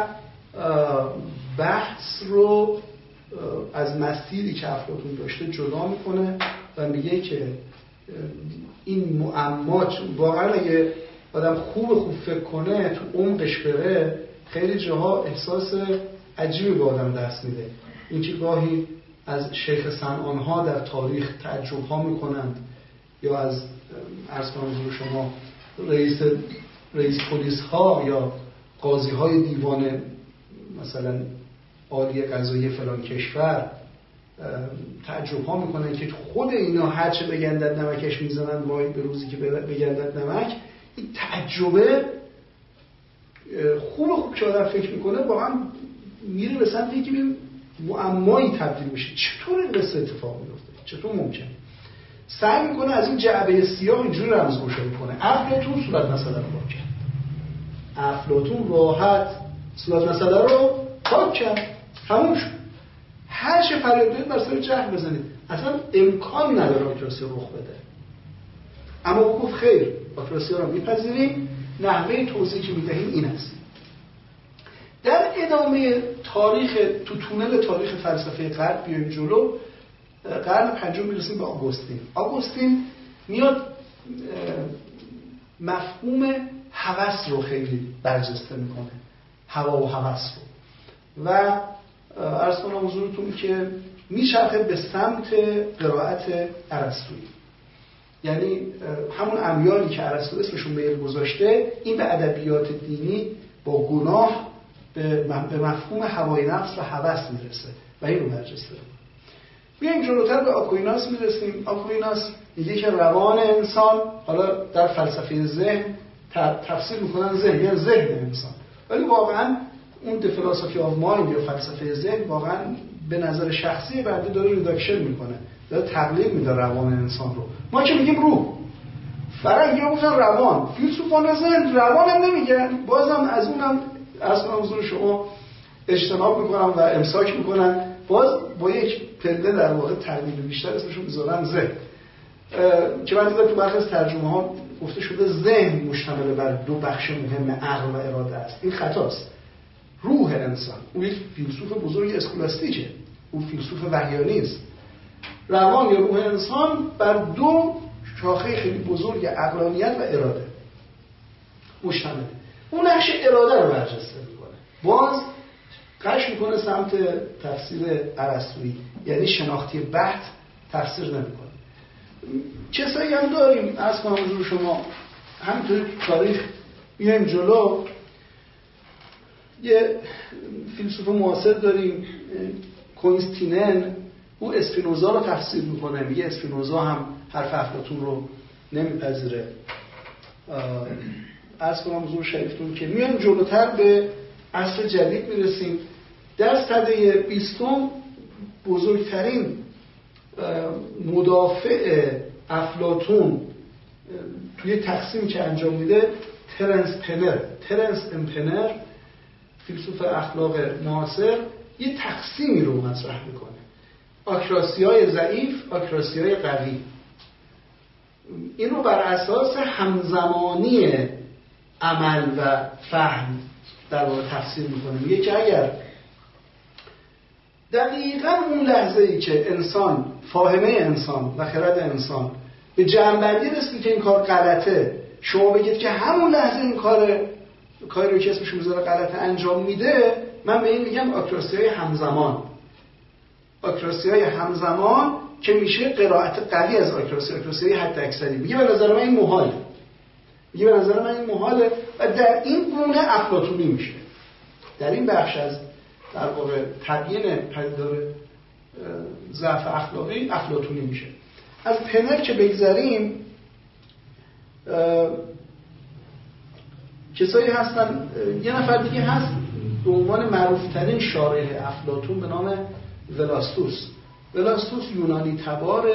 بحث رو از مسیری که افلاطون داشته جدا میکنه و میگه که این معما واقعا اگه آدم خوب فکر کنه، تو عمقش بره، خیلی جاها احساس عجیبی به آدم دست میده. این که گاهی از شیخ صنعان ها در تاریخ تعجب ها میکنند، یا از عرض کنم حضور شما رئیس پلیس ها یا قاضی های دیوان مثلا عالی قضایی فلان کشور تعجب ها میکنن که خود اینا هرچه بگندد نمکش میزنن، وای به روزی که بگندد نمک. این تعجبه خوب که آدم فکر میکنه واقعا میره به سمتی که معمایی تبدیل میشه. چطور این قصه اتفاق میفته؟ چطور ممکنه؟ سعی میکنه از این جعبه سیاه اینجوری رمزگشایی کنه. افلاطون صورت مسئله رو پاک کرد. افلاطون راحت صورت مسئله رو پاک کرد، تموم شد. هر چه فریاد بدید بر سر جهل بزنید، اصلا امکان نداره آکراسی رخ بده. اما او گفت خیر، آکراسی رو میپذیریم، نحوه توضیحی که میدهیم این است. در ادامه تاریخ، تو تونل تاریخ فلسفه غرب بیایم جلو، قرن پنجم میرسیم به آگوستین. آگوستین میاد مفهوم هوس رو خیلی برجسته میکنه، هوا و هوس رو، و عرض کنم حضورتون که میچرخه به سمت قرائت ارسطویی. یعنی همون امیالی که ارسطو اسمشون میل گذاشته، این به ادبیات دینی با گناه به مفهوم هوای نفس و هوس میرسه و این رو برجسته. بیایم جلوتر به آکویناس میرسیم. آکویناس میگه که روان انسان، حالا در فلسفه ذهن تفسیر میکنن ذهن یعنی ذهن انسان، ولی واقعا اون دی فلسفی آف مایند یا فلسفه ذهن واقعا به نظر شخصی بنده داره ریداکشن میکنه، داره تقلیل میده روان انسان رو. ما که میگیم روح، فرنگ یا گفتن روان، فیلسوفان ذهن روان هم نمیگن، بازم از اونم اصلا حضور شما اجتناب میکنم و امساک میکنن، باز با یک پله در واقع تقلیل بیشتر اسمشون میذارن ذهن، که من دیدم تو برخی از ترجمه ها گفته شده ذهن مشتمل بر دو بخش مهم عقل و اراده است. این خطاست. روح انسان، اون یک فیلسوف بزرگ اسکولاستیکه، اون فیلسوف وحیانی است. روان یا روح انسان بر دو شاخه خیلی بزرگ عقلانیت و اراده مشتمل. اون نقش اراده رو برجسته میکنه، باز قش میکنه سمت تفسیر ارسطویی، یعنی شناختی بحت تفسیر نمیکنه. کسایی هم داریم از کنم حضور شما همینطوری تاریخ میایم جلو. یه فیلسوف معاصر داریم کوینستینن، او اسپینوزا رو تفسیر میکنه، میگه اسپینوزا هم حرف افلاطون رو نمیپذیره. از کنم حضور شریفتون که میایم جلوتر به عصر جدید میرسیم. در سده 20 بزرگترین مدافع افلاطون توی تقسیمی که انجام میده ترنس امپنر فیلسوف اخلاق معاصر یه تقسیمی رو مطرح میکنه: آکراسی‌های ضعیف، آکراسی‌های قوی. این رو بر اساس همزمانی عمل و فهم در واقع تفسیر میکنه. میگه که اگر دقیقاً اون لحظه‌ای که انسان، فاهمه انسان و خرد انسان به جمع‌بندی رسید که این کار غلطه، شما بگید که همون لحظه این کاری رو که اسمش میذاره غلطه انجام میده، من به این میگم آکراسی‌های همزمان. آکراسی‌های همزمان که میشه قرائت قوی از آکراسی‌های حد اکثری. میگه به نظر من این محاله، و در این گونه افلاطونی میشه. در این بخش از در واقع تبیین پدیدار ضعف اخلاقی افلاطونی میشه. از پنر که بگذریم، کسایی هستن، یه نفر دیگه هست به عنوان معروفترین شارح افلاطون به نام ولاستوس یونانی تبار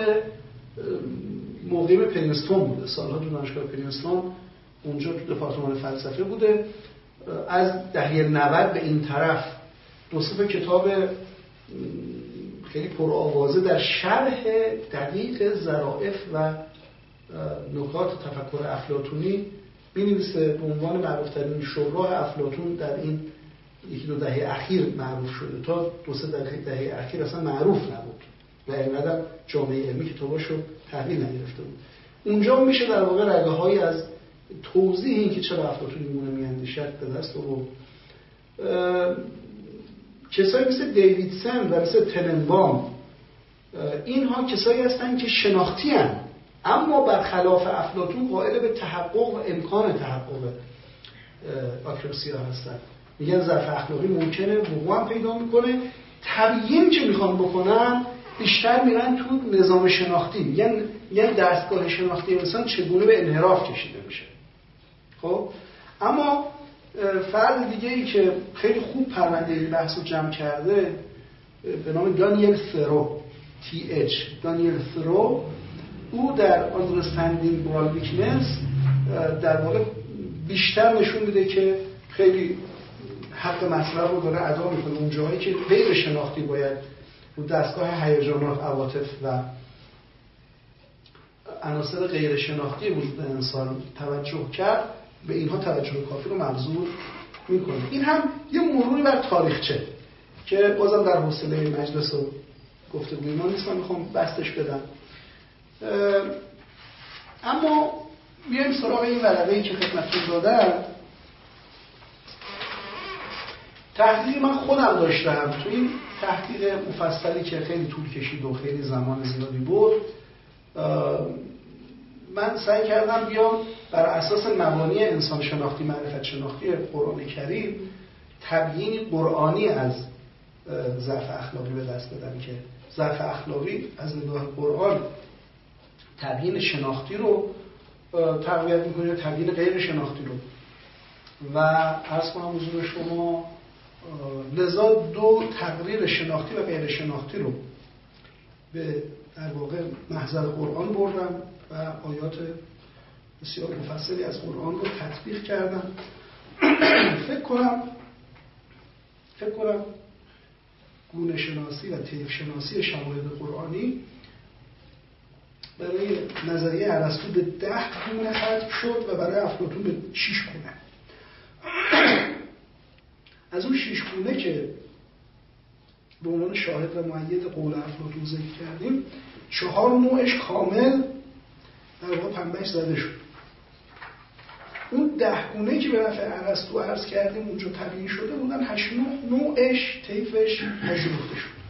مقیم پرینستون بوده، سالها تو دانشگاه پرینستون اونجا تو دپارتمان فلسفه بوده. از دهه 90 به این طرف دو سه کتاب خیلی پرآوازه در شرح دقیق ظرافت و نکات تفکر افلاطونی می‌نویسه. به عنوان معروف‌ترین شراح افلاطون در این یکی دو دهه اخیر معروف شده. تا دو سه دهه اخیر اصلا معروف نبود و اینقدر جامعه علمی کتاباشو تحویل نگرفته بود. اونجا میشه در واقع رگه‌هایی از توضیح این که چرا افلاطون اینگونه میاندیشد به دست آورد. کسایی مثل دیویدسن و مثل تننبام، اینها کسایی هستن که شناختی هستند، اما برخلاف افلاطون قائل به تحقق و امکان تحقق آکراسیا هستن. میگن ضعف اخلاقی ممکنه وقوع پیدا میکنه. تبیین که میخوان بکنن بیشتر میرن تو نظام شناختی، میگن دستگاه شناختی انسان چگونه به انحراف کشیده میشه. خب اما فرد دیگه ای که خیلی خوب پرونده این بحث رو جمع کرده به نام دانیل ثرو، دانیل ثرو او در understanding moral weakness در واقع بیشتر نشون میده که خیلی حق مطلب رو داره ادا میکنه اون جایی که غیر شناختی باید رو دستگاه هیجانات، عواطف و عناصر غیر شناختی وجود انسان توجه کرد، به اینها توجه کافی رو منظور میکنه. این هم یه مروری بر تاریخچه که بازم در حوصله مجلس و گفتگوی ما نیست، من میخوام بستش بدم. اما بیایم سراغ این ورقه‌ای که خدمتتون دادم. تحقیق من خودم داشتم تو این تحقیق مفصلی که خیلی طول کشید و خیلی زمان زیادی بود. من سعی کردم بیام بر اساس مبانی انسان شناختی، معرفت شناختی قرآن کریم تبیین قرآنی از ضعف اخلاقی به دست بدم که ضعف اخلاقی از نگاه قرآن تبیین شناختی رو تقویت میکنه یا تبیین غیر شناختی رو. و عرض کنم حضور شما لذا دو تقریر شناختی و غیر شناختی رو به در واقع محضر قرآن بردم و آیات بسیار مفصلی از قرآن رو تطبیق کردم. فکر کنم گونه شناسی و طیف شناسی شواهد قرآنی برای نظریه ارسطو به 10 گونه ختم شد و برای افلاطون به 6 گونه. از اون 6 گونه که به عنوان شاهد و مؤید قول افلاطون ذکر کردیم 4 نوعش کامل در واقع پنبهش زده شد. اون 10 گونه که به نفع ارسطو عرض کردیم اونجا تبیین شده بودن 8 نوعش طیفش پذیرفته شد.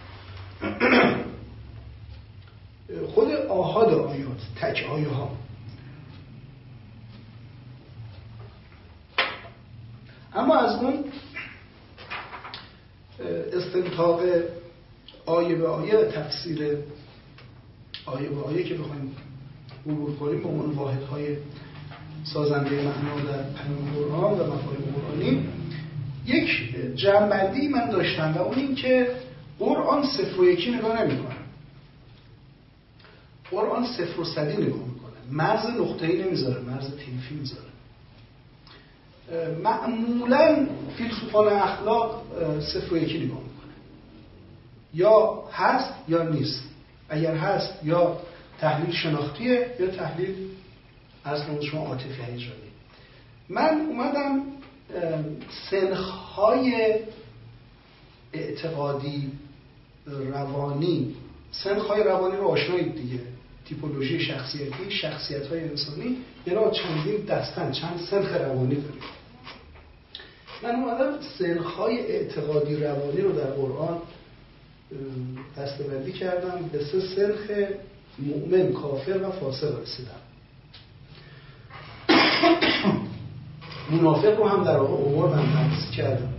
خود آحاد آیات، تک آیه ها، اما از اون استنطاق آیه به آیه و تفسیر آیه به آیه که بخوایم عبور کنیم به عنوان واحدهای سازنده معنا در پیام قرآن و مفاهیم قرآنی، یک جمع‌بندی من داشتم و اون این که قرآن 0 و 1 نگاه نمی‌کنه. قرآن 0 و 100 نگاه می‌کنه. مرز نقطه‌ای نمیذاره، مرز طیفی میذاره. معمولاً فیلسوفان اخلاق 0 و 1 نگاه می‌کنه. یا هست یا نیست. اگر هست یا تحلیل شناختیه یا تحلیل از شما عاطفی هیجانی. من اومدم سنخ‌های اعتقادی روانی، سنخ‌های روانی رو آشنایید دیگه، تیپولوژی شخصیتی، شخصیت‌های انسانی، یعنی چندین دستن، چند سنخ روانی داریم. من اومدم سنخ‌های اعتقادی روانی رو در قرآن دسته‌بندی کردم، به 3 سنخ مؤمن، کافر و فاسق رسیدم. منافق رو هم در واقع آوردم، تفصیل کردم.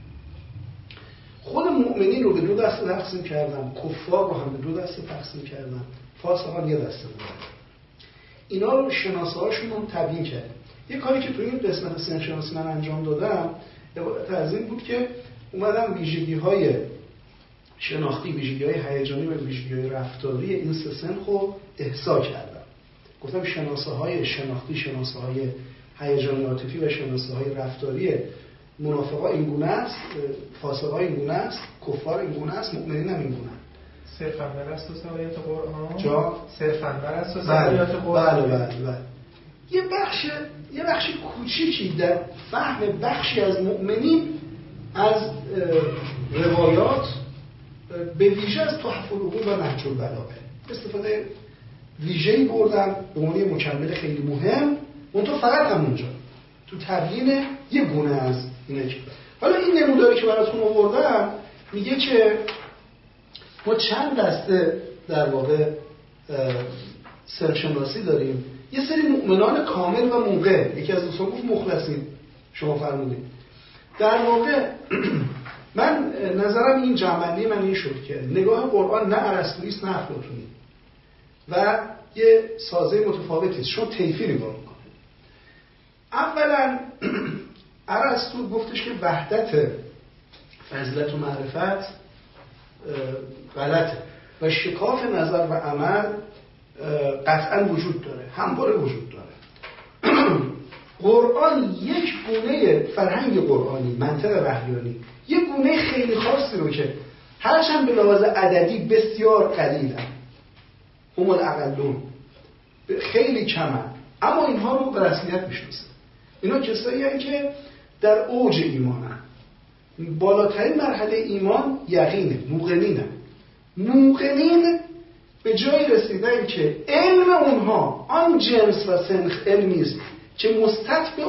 خود مؤمنین رو به 2 دسته تقسیم کردم، کفار رو هم به 2 دسته تقسیم کردم، فاسقان 1 دسته بودن. اینا رو شناسه‌هاشون رو تبیین کردم. یه کاری که توی این قسمت سنخ شناسی من انجام دادم عبارت از این بود که اومدم ویژگی‌های شناختی، ویژگی‌های هیجانی و ویژگی‌های رفتاری این 3 سنخ رو احصا کردم. گفتم شناسه‌های شناختی، شناسه‌های هیجانی عاطفی و شناسه‌های رفتاری منافقا این گونه است، فاسقا این گونه است، کفار این گونه است، مؤمنین هم این گونه است. صرفاً بر اساس آیات قرآن؟ جا؟ صرفاً بر اساس آیات قرآن؟ بله. یه بخش کوچیکی در فهم بخشی از مؤمنین از روایات به ویژه از تحف العقول و نهج البلاغه استفاده ویژه‌ای بردم به عنوان مکمل خیلی مهم، منتها فقط همونجا تو تبیین یه گونه از اینه. که حالا این نموداری که براتون آوردم میگه که ما چند دسته در واقع سرشناسی داریم. یه سری مؤمنان کامل و موقع، یکی از دوستان گفت مخلصین، شما فرمودید. در واقع من نظرم این جمع‌بندی من این شد که نگاه قرآن نه ارسطویی است نه افلاطونی و یه سازه متفاوتی است، چون طیفی نگاه میکنه. اولا ارسطو گفتش که وحدت فضیلت و معرفت غلطه و شکاف نظر و عمل قطعا وجود داره، همواره وجود داره. قرآن یک گونه فرهنگ قرآنی، منطق وحیانی، یک گونه خیلی خاصی رو که هرچند به لحاظ عددی بسیار قلیلن، هم الاقلون، خیلی کمن، اما اینها رو به رسمیت میشناسه. اینا کسایی هستند که در اوج ایمانن. بالاترین مرحله ایمان یقینه، موقنین به جای رسیدن که علم اونها آن جنس و سنخ علمی است که مستتبع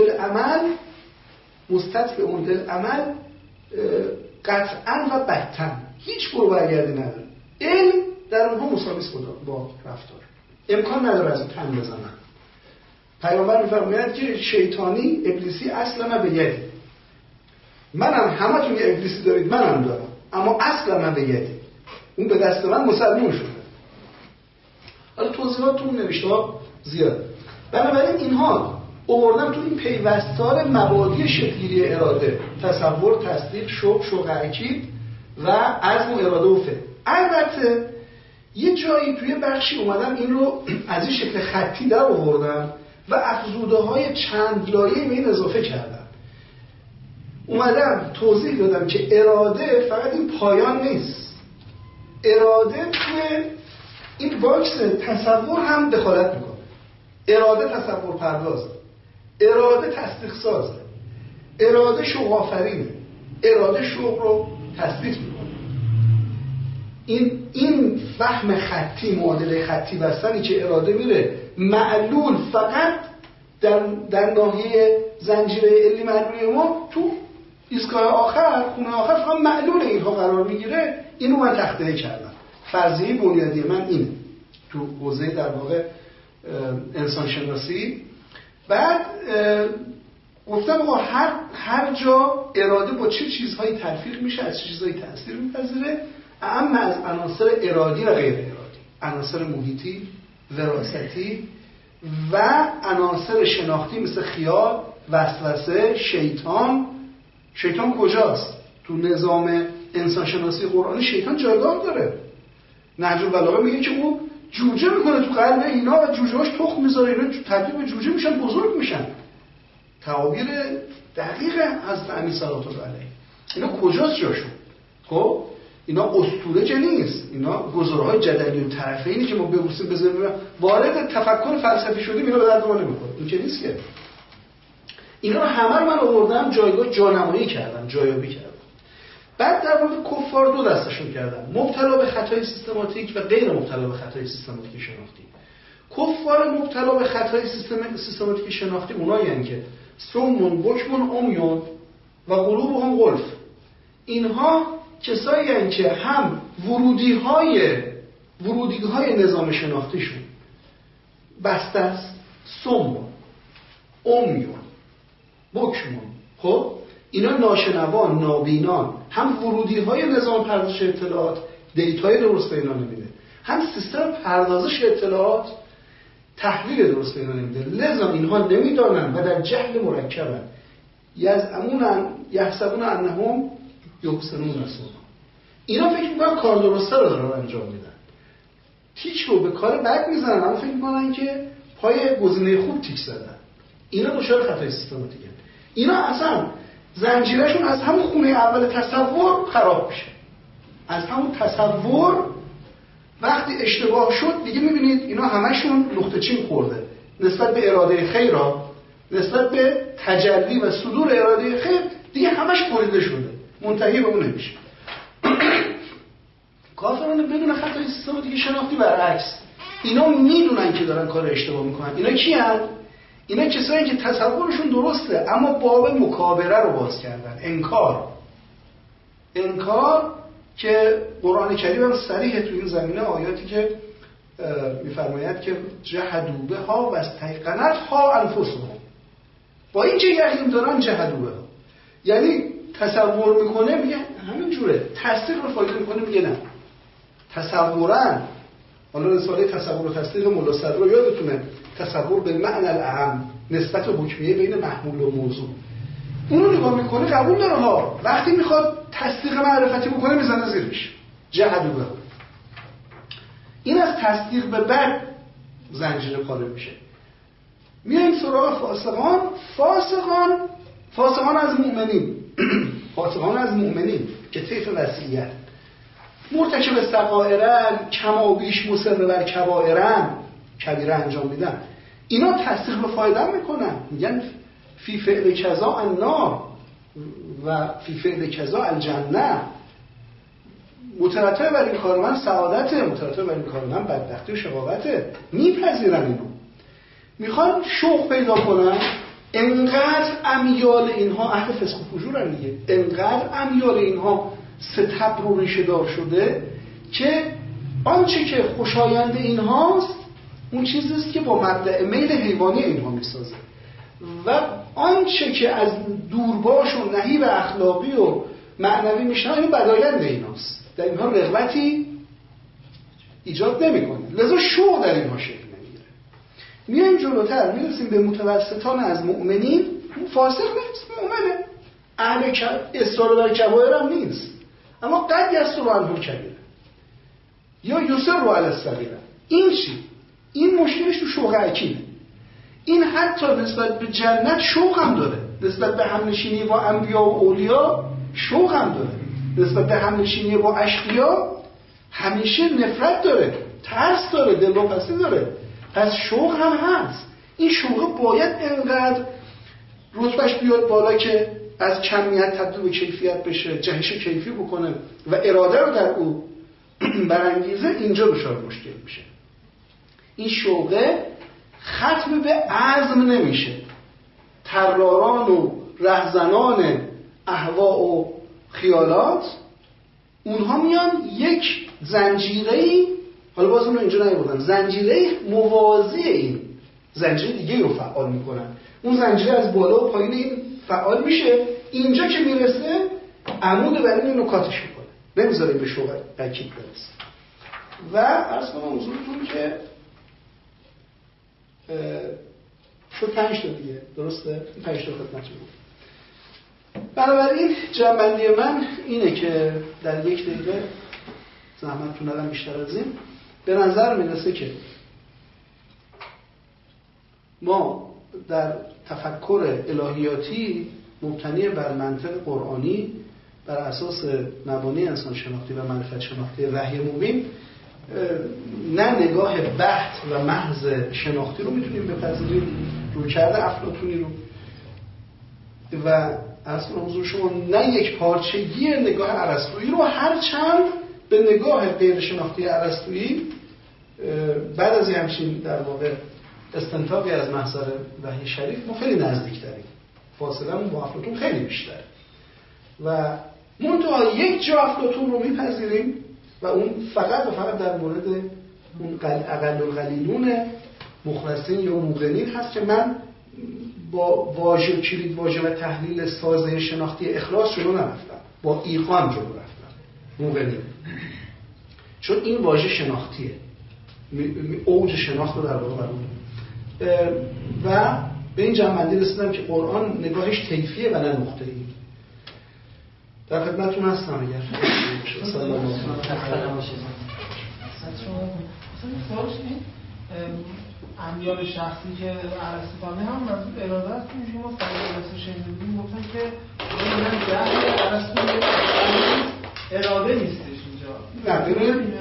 اون للعمل قطعا و بطن هیچ برگردی نداره. علم در اونها مساوی است با رفتار، امکان نداره از تن بزنن. پیامبر می‌فرماید که شیطانی ابلیسی اصلا به یدی، منم همتون یه ابلیسی دارید، منم دارم، اما اصلا به یدی، اون به دست من مسلمون شده. حالا توضیحات تو اون نوشته‌ها زیاده. بنابراین اینها آوردن تو این پیوستار مبادی شکل‌گیری اراده، تصور، تصدیق، شوق اکید و عزم و اراده و فعل. البته یه جایی توی بخشی اومدن این رو از این شکل خطی در آوردن و افزوده‌های چند لایه‌ای به این اضافه کردن. اومدن توضیح دادم که اراده فقط این پایان نیست، اراده توی این باکس تصور هم دخالت میکنه. اراده تصور پردازه، اراده تصدیق سازه، اراده شوق آفرینه، اراده شوق رو تثبیت میکنه. این فهم خطی، معادله خطی بستنی که اراده میره معلول فقط در ناحیه زنجیره علی معلولی ما تو ایستگاه آخر، خونه آخر فقط معلول اینها قرار میگیره. اینو من تخته کردم. فرضیه بنیادی من اینه تو حوزه در واقع انسان شناسی. بعد گفتم آقا هر جا اراده با چه چیزهایی تلفیق میشه، از چه چیزهایی تأثیر میپذیره، اما از عناصر ارادی و غیر ارادی، عناصر محیطی، وراثتی و عناصر شناختی مثل خیال، وسوسه، شیطان کجاست؟ تو نظام انسان شناسی قرآنی شیطان جایگاه داره. نهج البلاغه میگه که او جوجه میکنه تو قلب اینا و جوجه‌هاش تخم میذاره، اینا تبدیل به جوجه میشن، بزرگ میشن. تعابیر دقیق حضرت امین صلوات الله علیه. اینا کجاست جاشون؟ خب اینا اسطوره که نیست، اینا گزارهای جدلی و طرفینی که ما ببوسیم بذاریم وارد تفکر فلسفی شدیم، اینا به درد ما نمیخوره. این که نیست که. اینا رو همه رو من آوردم جایگاه جانمایی کردم، جایابی کردم. بعد در مورد کفار دو دستشون کردم، مبتلا به خطای سیستماتیک و غیر مبتلا به خطای سیستماتیک شناختی. کفار مبتلا به خطای سیستماتیک شناختی اونایی هستند که صمون، بکمون، عمیون و قلوبهم غلف. اینها کسایی هستند که هم ورودی‌های نظام شناختیشون بسته است، صمون، عمیون، بکمون. خب اینا ناشنوان، نابینان، هم ورودی‌های نظام پردازش اطلاعات، دیتای درست به اینا نمیده، هم سیستم پردازش اطلاعات تحلیل درست به اینا نمیده. لذا اینها نمیدانن و در جهل مرکبن. یحسبون انهم یحسنون صنعا. اینا فکر میکنن کار درسته رو دارن انجام میدن، تیک رو به کار بد میزنن، اما فکر میکنن که پای گزینه خوب تیک زدن. اینا دچار خطای سیستماتیکه. اینا اصلا زنجیرشون از همون خونه اول تصور خراب میشه. از همون تصور وقتی اشتباه شد دیگه میبینید اینا همشون نقطه چین خورده نسبت به اراده خیر، نسبت به تجلی و صدور اراده خیر دیگه همش بریده شده، منتهی به اون نمیشه. کافران بدون خطای سیستماتیک شناختی برعکس، اینا میدونن که دارن کار اشتباه میکنن. اینا کی هستن؟ اینا کسایی که تصورشون درسته اما باب مکابره رو باز کردن. انکار که قرآن کریم هم صریح تو این زمینه، آیاتی که میفرماید که جحدوا بها و استیقنتها انفسهم، با این که یقین دارن جحدوا بها، یعنی تصور میکنه میگه همین جوره، تصدیق رو فایده میکنه میگه نه. تصورن، حالا رساله تصور و تصدیق مولا صدر رو یادتونه، تصور به معنی الاعم، نسبت حکمیه بین محمول و موضوع، اون رو نگاه میکنه قبول داره ها، وقتی میخواد تصدیق معرفتی بکنه میزنه زیرش. جحدوا بها. این از تصدیق به بعد زنجیره پاره میشه. میایم سراغ فاسقان از مؤمنین فاسقان از مؤمنین که طیف وسیعت مرتکب صغائرن، کم و بیش مصر بر کبائرن، کبیره انجام میدن، اینا تصدیق به فایده میکنن، میگن فی فعل کذا النار و فی فعل کذا الجنه، مترتب بر این کار من سعادته، مترتب بر این کار من بدبختی و شقاوته. میپذیرن اینو، میخوان شوق پیدا کنن. انقدر امیال اینها اهل فسق و فجورن دیگه، انقدر امیال اینها ستبر رو ریشه دار شده که آنچه که خوشایند اینهاست اون چیزیست که با مبدأ میل حیوانی اینها میسازه و آنچه که از دورباش و نهیب اخلاقی و معنوی میشنه این بدایند ایناست، در اینها رغبتی ایجاد نمیکنه، لذا شوق در اینها شکل نمیگیره. میایم جلوتر میرسیم به متوسطان از مؤمنین. فاسق نیست، مؤمنه، اهل اصرار بر کبائر هم نیست، اما قد یسر عنه کبیره یا یسر علی الصغیره. این چی؟ این مشکلش تو شوق اکیده. این حتی نسبت به جنت شوق هم داره، نسبت به همنشینی با انبیا و اولیا شوق هم داره، نسبت به همنشینی با اشقیا همیشه نفرت داره، ترس داره، دلواپسی داره. پس شوق هم هست. این شوق باید انقدر رتبهش بیاد بالا که از کمیت تبدیل به کیفیت بشه، جهش کیفی بکنه و اراده رو در او برانگیزه. اینجا دچار مشکل میشه. این شوقه ختم به عزم نمیشه. طراران و رهزنان اهوا و خیالات اونها میان یک زنجیره‌ای، حالا باز اون رو اینجا نیاوردم، زنجیره موازی این زنجیره دیگه رو فعال میکنن. اون زنجیره از بالا و پایین این فعال میشه، اینجا که میرسه عمود بر این نکاتش میکنه، نمیذاره به شوق اکید برسه. و عرض کنم حضورتون که شد 5 تا دیگه، درسته؟ 5 تا خدمتتون بود. بنابراین جمع‌بندی من اینه که در 1 دقیقه زحمتتون ندم بیشتر از این. به نظر میرسه که ما در تفکر الهیاتی مبتنی بر منطق قرآنی بر اساس مبانی انسان شناختی و معرفت شناختی وحی مبین نه نگاه بحت و محض شناختی رو میتونیم بپذیریم، رویکرد افلاطونی رو، و از حضور شما نه یک پارچگی نگاه ارسطویی رو، هرچند به نگاه غیر شناختی ارسطویی بعد از همچین در واقع استنتاقی از محضر وحی شریف ما خیلی نزدیک داریم، فاصله‌مون با افلاطون خیلی بیشتره و منتها یک جا افلاطون رو میپذیریم و اون فقط و فقط در مورد اون اقل القلیلون مخلصین یا موقنین هست که من با واژه کلید واژه و تحلیل سازه شناختی اخلاص جلو نرفتم، با ایقان جلو رفتم موقنین، چون این واژه شناختیه، اوج شناخت رو در واقع برمون و به این جمع‌بندی رسیدم که قرآن نگاهش طیفیه و نه نقطه‌ای. در خدمتتون هستم اگر سلام امیال شخصی که ارسطویی هم منظور اراده است. میشه ما فلسفه شنیدیم گفتن که من جهل ارسطویی اراده نیستش اینجا. نه ببینید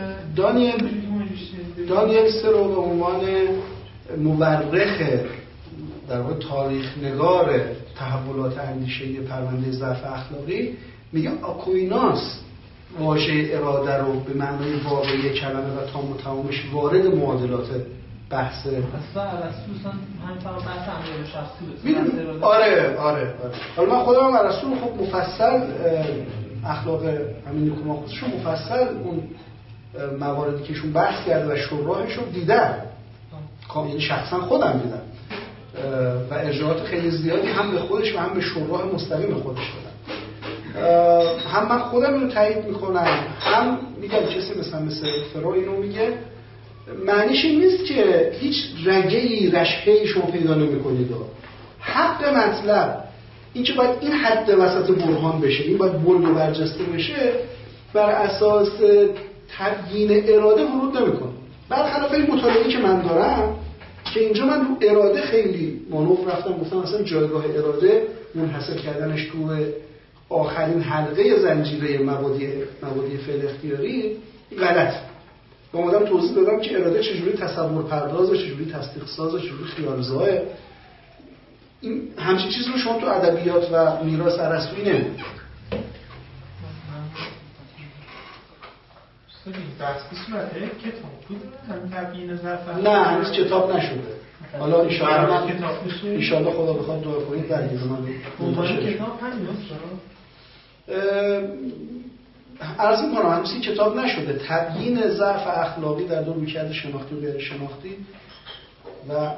دانیل سرو به عنوان مورخ در واقع تاریخ نگار تحولات اندیشه‌ای پرونده ضعف اخلاقی میگه آکویناس واژه اراده رو به معنای واقعی کلمه و تام و تمامش وارد معادلات بحث اصلا ارسطو هم فقط بحث امیال شخصی بود. آره حالا من خودم ارسطو رو خب مفصل اخلاق همین نیکوما خودش رو مفصل اون مواردی که ایشون بحث کرده و شراحش رو دیدم، یعنی شخصا خودم دیدم و ارجاعات خیلی زیادی هم به خودش و هم به شراح مستقیم خودش دادم. هم من خودم اینو تایید میکنم، هم میگم کسی مثل فرو اینو میگه. معنیش این نیست که هیچ رگه‌ای رشحه‌ای شما پیدا نمی‌کنید. حق مطلب این که باید این حد وسط برهان بشه، این باید بلد و برجسته بشه، بر اساس تبیین اراده ورود نمی‌کنه. برخلاف این مطالعه‌ای که من دارم که اینجا من رو اراده خیلی مانور رفتم، گفتم مثلا جایگاه اراده منحصر کردنش تو آخرین حلقه زنجیره مبادی فعل اختیاری غلط. با آدم توضیح دادم که اراده چجوری تصور پردازه، چجوری تصدیق سازه، چجوری خیال‌زایه. این همچین چیز رو شما تو ادبیات و میراث ارسطویی نمی‌بینید. بحث به صورت کتاب بود همین تبیین ظرف نه هنوز کتاب نشده. حالا ان شاءالله خدا بخواد دعا کنید برگردم من عنوان کتاب همین است. عرض می‌کنم هنوز کتاب نشده. تبیین ظرف اخلاقی در دو رویکرد شناختی و غیر شناختی و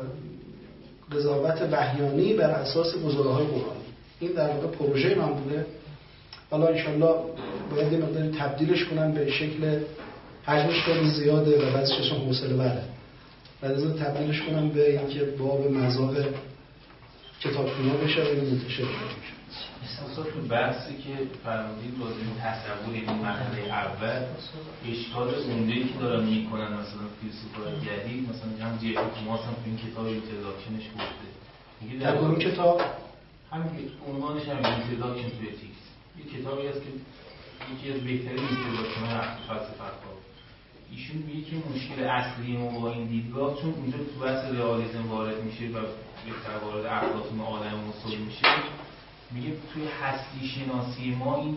قضاوت وحیانی بر اساس گزاره‌های قرآنی. این در واقع پروژه من بوده. حالا انشالله باید یه مقداری تبدیلش کنم به شکل حجمش خیلی زیاده و بعضیش اصلا حوصله بره. بعد از اون تبدیلش کنم به اینکه باب مذاق کتابخونا بشه و منتشر بشه. مثلا تو بحثی که فرمودید راجع به تصور این مرحله اول اشکال عمده‌ای که دارن میکنن مثلا فیلسوفای جدید مثلا هم جیفری توماس هم تو این کتاب اینتروداکشنش گفته. میگه در اون کتاب همین عنوانش هم اینتروداکشن تو اتیکس. یه کتابی هست که یکی از بهترین اینتروداکشن‌های فلسفه اخلاق. ایشون میگه که مشکل اصلی ما با این دیدگاه چون اونجا تو بحث رئالیسم وارد میشه و بهتر وارد افلاطون عالم مسل میشه، میگه توی هستی شناسی ما این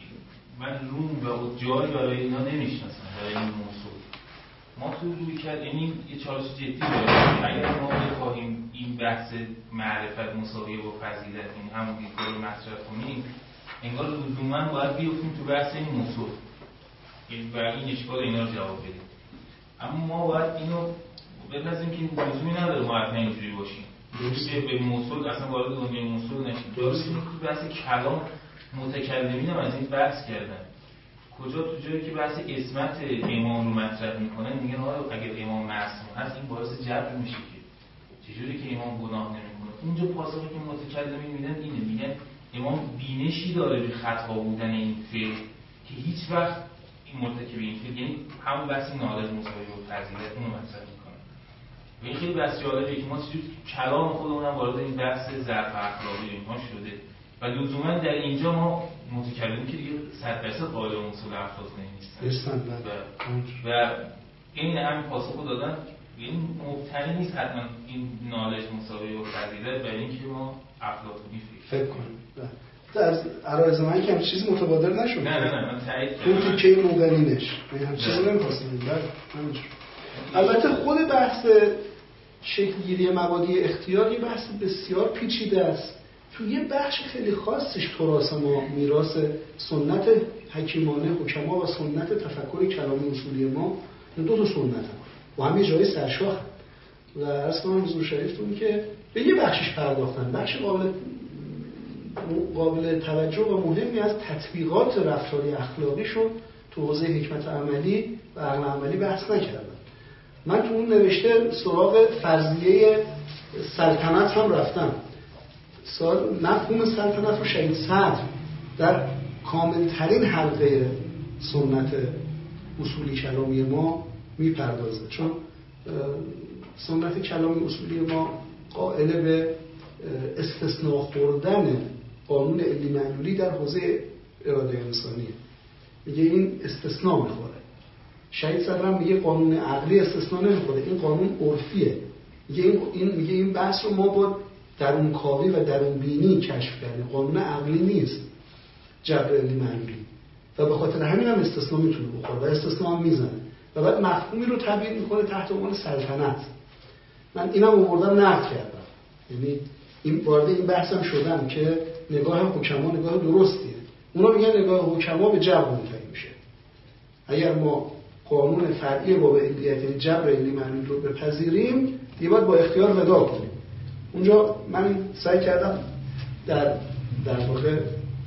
من روم و جایی برای اینا نمیشناسم برای این موضوع. ما تو روی کرد یعنی یه چالش جدی داریم. اگر ما بخواهیم این بحث معرفت مساویه با فضیلت این همون دیدگاه رو مطرح کنیم انگار لزوما باید بیفتیم تو بحث این موضوع و این اشکال اینا رو جواب بدیم. اما ما باید اینو بپذیریم که لزومی نداره ما حتما اینجوری باشیم. که به موصول اصلا وارد دنیای موصول نشیم. درسته که بحث کلام متکلمین هم از این بحث کردن. کجا تو جایی که بحث اسمت امام رو مطرح میکنن میگن آقا اگر امام معصوم هست این باعث جبر میشه که چجوری که امام گناه نمیکنه. اونجا پاسخی که متکلمین میدن اینه، میگن امام بینشی داره به خطا بودن این فعل که هیچ وقت این مرتکب این فعل یعنی همون بحث نالج مساوی با فضیلت اون رو مطرح میکنه. و این خیلی بحث جالبه که ما چجوری کلام خودمون هم وارد این بحث ظرف اخلاقی اینها شده و لزوما در اینجا ما متکلمین که دیگه 100% قائل به اصول افلاطونی نیستن و این همین پاسخو دادن. این مبتنی نیست حتما این نالج مساوی با فضیلت برای اینکه ما افلاطونی فکر کنیم. در عرایض من که هم چیزی متبادر نشد. نه من تایید اون تیکه موقعینش هم چیزی نمی‌خواستم. البته خود بحث شکل‌گیری مبادی اختیار یه بحث بسیار پیچیده است. تو یه بخش خیلی خاصش تراث ما میراث سنت حکیمانه حکما و سنت تفکر کلامی اصولی ما دو تا سنت هم و هم یه جای سرشاخ و عرض کنم حضور شریفتون که به یه بخشش پرداختن. بخش قابل توجه و مهمی از تطبیقات رفتاری اخلاقیشون تو حوزه حکمت عملی و عقل عملی بحث نکردم. من تو اون نوشته سراغ فرضیه سلطنت هم رفتم. مفهوم سلطنت رو شهید صدر در کاملترین حلقه سنت اصولی کلامی ما میپردازه، چون سنت کلامی اصولی ما قائل به استثناء خوردن قانون علی معلولی در حوزه اراده انسانیه. میگه این استثناء میخوره. شهید صدر هم میگه قانون عقلی استثناء نمیخوره، این قانون عرفیه. میگه این بحث رو ما با درون کاوی و درون بینی کشف کردیم، قانون عقلی نیست جبر علی معلولی و به خاطر همین هم استثناء میتونه بخوره و استثناء هم میزنه و بعد مفهومی رو تعبیر میکنه تحت عنوان سلطنت. من اینم آوردم نقد کردم، یعنی این وارد این بحثم شدم که نگاه حکما نگاه درستیه. اونا میگن نگاه حکما به جبر منتهی میشه. اگر ما قانون فرعی باب علیت جبر علی معلولی رو بپذیریم دیگه باید با اختیار ودا کنیم. اونجا من سعی کردم در واقع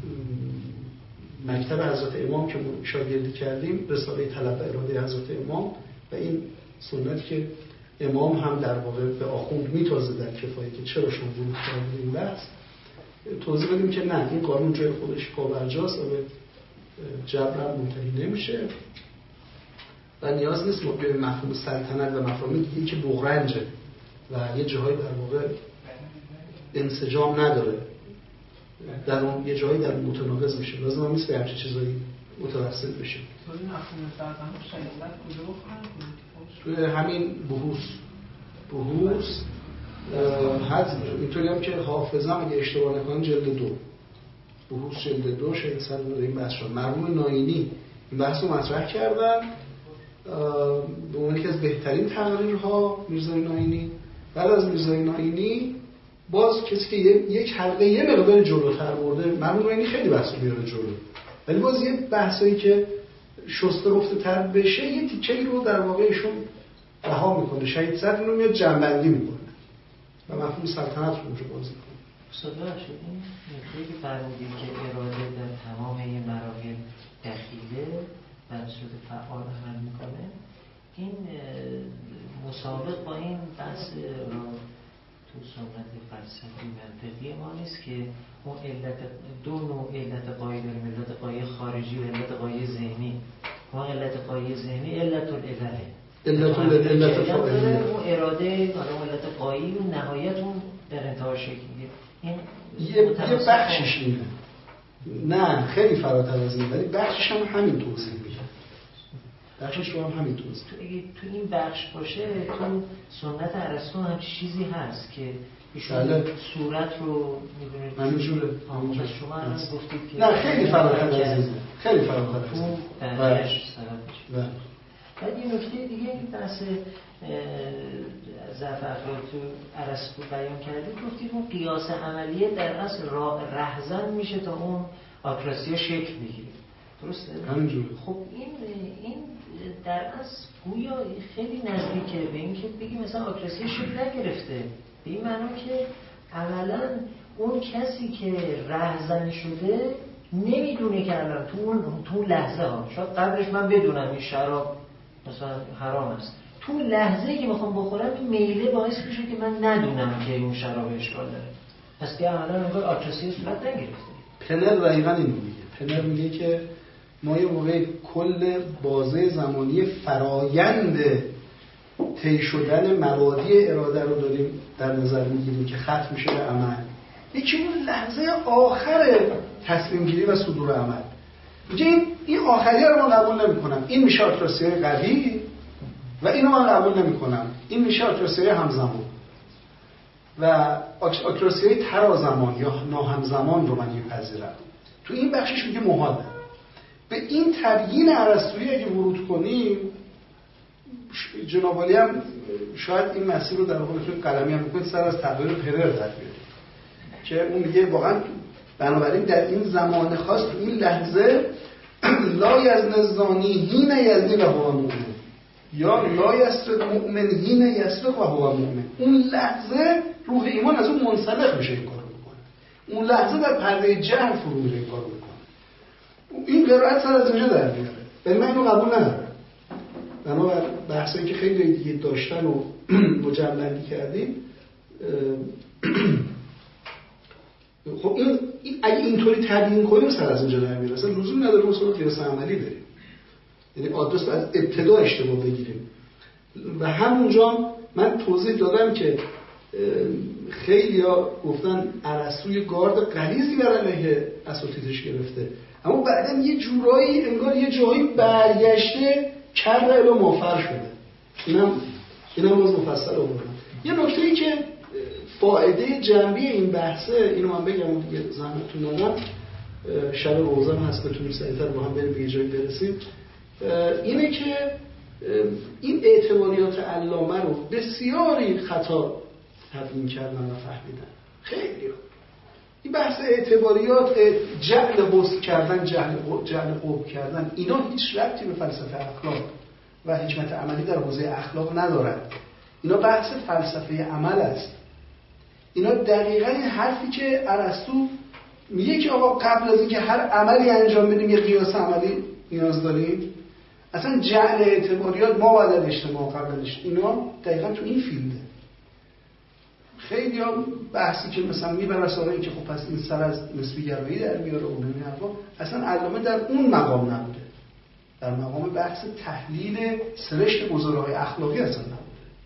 مکتب حضرت امام که شاگردی کردیم رساله طلب و اراده حضرت امام و این سنت که امام هم در واقع به آخوند میتازه در کفایه که چرا شما ورود کردید این بحث توضیح بدیم که نه این قانون جای خودش پابرجاست و به جبر منتهی نمیشه و نیاز نیست ما به مفهوم سلطنت و مفاهیم دیگه که بغرنجه و یه جاهایی در واقع انسجام نداره، در اون یه جایی در متناقض میشه، لازم هم نیست به همچین چیزایی متوسل بشه. توی مفهوم سلطنت شایع‌الله کجا بخورن؟ توی همین بحوث حد اینطوری هم که حافظم اگه اشتباه نکنم جلد 2 بحوث جلد 2 شاید سر این بحث شد. مرحوم ناینی این بحث رو مطرح کردن به عنوان یکی از بهترین تقریرها میرزای ناینی. بعد از میرزای ناینی باز کسی که یک حلقه یه مقدار جلوتر برده، مرحوم ناینی خیلی بحث میاره جلو، ولی باز یه بحثایی که شسته رفته تر بشه یه تیکه‌ای رو در واقع ایشون رها میکنه، شهید صدر اینو میاد جنبندی میکنه و مفهوم سلطنت رو اونجا بازی میکنه. استاد بخشید این نکته‌ای که فرمودید که اراده در تمام این مراحل دخیله و به صورت فعال عمل میکنه، این مسابق با این بحث را تو سنت فلسفی منطقی ما نیست که اون علت دو نوع علت قایی داریم، علت قایی خارجی و علت قایی ذهنی. ما علت قایی ذهنی علت الالهه، علت فاعلیه، اون اراده حالا علت قایی و نهایت اون در انتها شکل میگیره. این یه بخشش اینه، نه خیلی فراتر از این، ولی بخشش هم همین توضیح میده، بخشش رو هم همین توضیح. تو این بخش باشه تو سنت ارسطو هم چیزی هست که ایشون صورت رو میدونید همینجوره. شما الان گفتید که نه خیلی فراتر از این، خیلی فراتر از این. بعد یه نکته دیگه این بحث ضعف اخلاق تو ارسطو بیان کردید، گفتید اون قیاس عملیه در اصل رهزن میشه تا اون آکراسی شکل بگیره، درسته؟ همینجوره. خب این در اصل گویا خیلی نزدیکه به این که بگیم مثلا آکراسی شکل نگرفته، به این معنی که عملا اون کسی که رهزن شده نمیدونه که الان تو لحظه ها، شاید قبلش من بدونم این شراب مثلا حرام است، تو لحظه که میخوام بخورم این میله باعث میشه که من ندونم که اون شراب اشکال داره، پس که عملا انگار آکراسی صورت نگرفته. پنر دقیقاً اینو میگه. پنر میگه که ما یه موقع کل بازه زمانی فرایند طی شدن مبادی اراده رو داریم در نظر میگیریم که ختم میشه به عمل. یکی اون لحظه آخر تصمیم گیری و صدور عمل. میگه این آخریه رو من قبول نمی‌کنم. این میشه آکراسی‌های قوی و اینو من قبول نمی‌کنم. این میشه آکراسی‌های همزمان. و آکراسی‌های ترازمان یا ناهمزمان رو من میپذیرم. تو این بخشش میگه محاله. به این تبیین ارسطویی اگه ورود کنیم، جناب عالی هم شاید این مسیر رو در واقع بتونید قلمی هم بکنید سر از تقریر پرر در بیارید که اون میگه واقعا بنابراین در این زمان خاص این لحظه لا یزن زانی حین یزنی و هو مؤمن یا لا یسرق مؤمن حین یسرق و هو مؤمن. اون لحظه روح ایمان از اون منسلخ میشه این کارو میکنه، اون لحظه در پرده جهل فرو میره این کارو میکنه. این قرائت سر از اینجا در میاره، ولی من اینو قبول ندارم. بنابر بحثایی که خیلی دیگه داشتن و مجمل‌بندی کردیم، خب این اگه اینطوری تبیین کنیم سر از اینجا در میاره، اصلا لزوم نداره اصلا قیاس عملی بریم، یعنی آدرس رو از ابتدا اشتباه بگیریم. و همونجا من توضیح دادم که خیلیا گفتن ارسطو گارد غلیظی بر علیه اساتیدش گرفته، اما بعداً یه جورایی انگار یه جایی برگشته کرده الی مافر شده. اینم باز مفصل آوردم. یه نکته‌ای که فایده جنبی این بحثه، اینو من بگم و دیگه زحمتتون ندم، شب روزه هست بتونیم سریعتر با هم بریم به یه جایی برسیم، اینه که این اعتباریات علامه رو بسیاری خطا تبیین کردن و فهمیدن. خیلی این بحث اعتباریات، جعل حسن کردن، جعل قوب کردن، اینا هیچ ربطی به فلسفه اخلاق و حکمت عملی در حوزه اخلاق ندارد. اینا بحث فلسفه عمل است. اینا دقیقاً این حرفی که ارسطو میگه که آقا قبل از اینکه هر عملی انجام بدیم یه قیاس عملی نیاز داریم، اصلا جعل اعتباریات ما بعد از اجتماع قبلش، اینا دقیقاً تو این فیلده. خیلی ها بحثی که مثلا میبره سراغ این که خب پس این سر از نسبی گرایی در میاره و نمی حرفا، اصلا علامه در اون مقام نبوده. در مقام بحث تحلیل سرشت گزاره‌های اخلاقی اصلا نبوده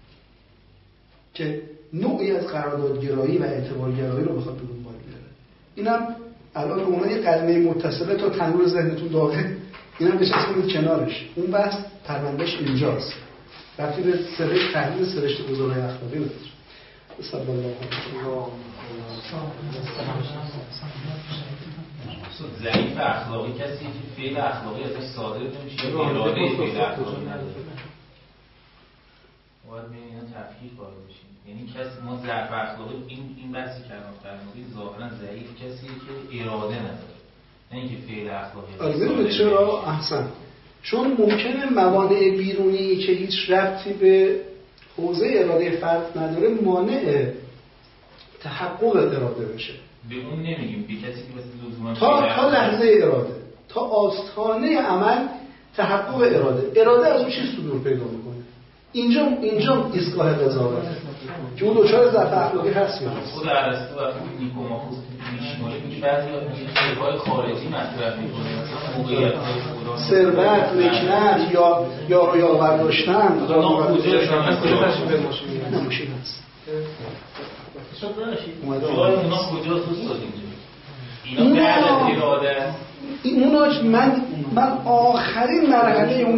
که نوعی از قراردادگرایی و اعتبارگرایی رو بخواد به دنبال بیاره. اینم الان به عنوان یه قلمه متصله تا تنور ذهنتون داغه، اینم بچسبونید کنارش. اون بحث پروندهش اینجاست. وقتی به سرشت تحلیل سرشت گزاره‌های اخلاقی نداره. صلی الله علیه و ضعیف اخلاقی کسی که فعل اخلاقی ازش صادر نمیشه یا اراده فعل اخلاقی نداره. باید ببینیم اینا تفکیک وارد بشیم. یعنی کسی ما ضعف اخلاقی این بحثی کردم در مورد ظاهرا ضعیف کسی که اراده نداره، نه اینکه فعل اخلاقی. آره چرا؟ احسن. چون ممکنه موانع بیرونی که هیچ ربطی به حوزه اراده فرد نداره مانع تحقق اراده بشه. به اون نمیگیم به کسی که مثل لزوما تا لحظه اراده، تا آستانه عمل تحقق اراده از اون چیز صدور پیدا میکنه. اینجا ایستگاه قضاوت که اون دوچار ضعف اخلاقی هست یا نیست. خود ارسطو وقتی نیکوماخوس میشماره میگه بعضی چیزهای خارجی مطرح میکنه، مثلا موقعیت‌های خدا، ثروت، مکنت یا یاور داشتن، نموشین هست. جای اونا کجاست دوست اینجا؟ اینا بعد از اراده من آخرین مرحله اون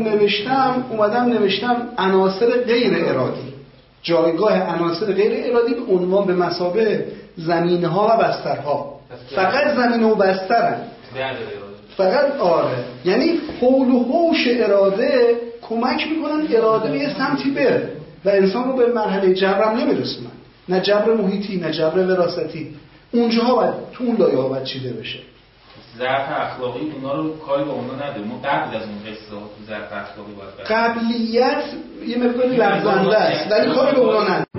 نوشتم عناصر غیر ارادی، جایگاه عناصر غیر ارادی به عنوان به مثابه زمینه‌ها و بسترها. فقط زمینه و بسترن، فقط یعنی حول و حوش اراده کمک میکنن اراده به یه سمتی بره و انسان رو به مرحله جبرم نمیرسونن، نه جبر محیطی نه جبر وراثتی. اونجاها باید تو اون لایه‌ها باید چیده بشه. ضعف اخلاقی اونا رو کاری با اونا نداره. ما قبل از اون قصه ها تو ضعف اخلاقی باید قبلیت یه مقداری لرزنده است ولی کاری به اونا نداره.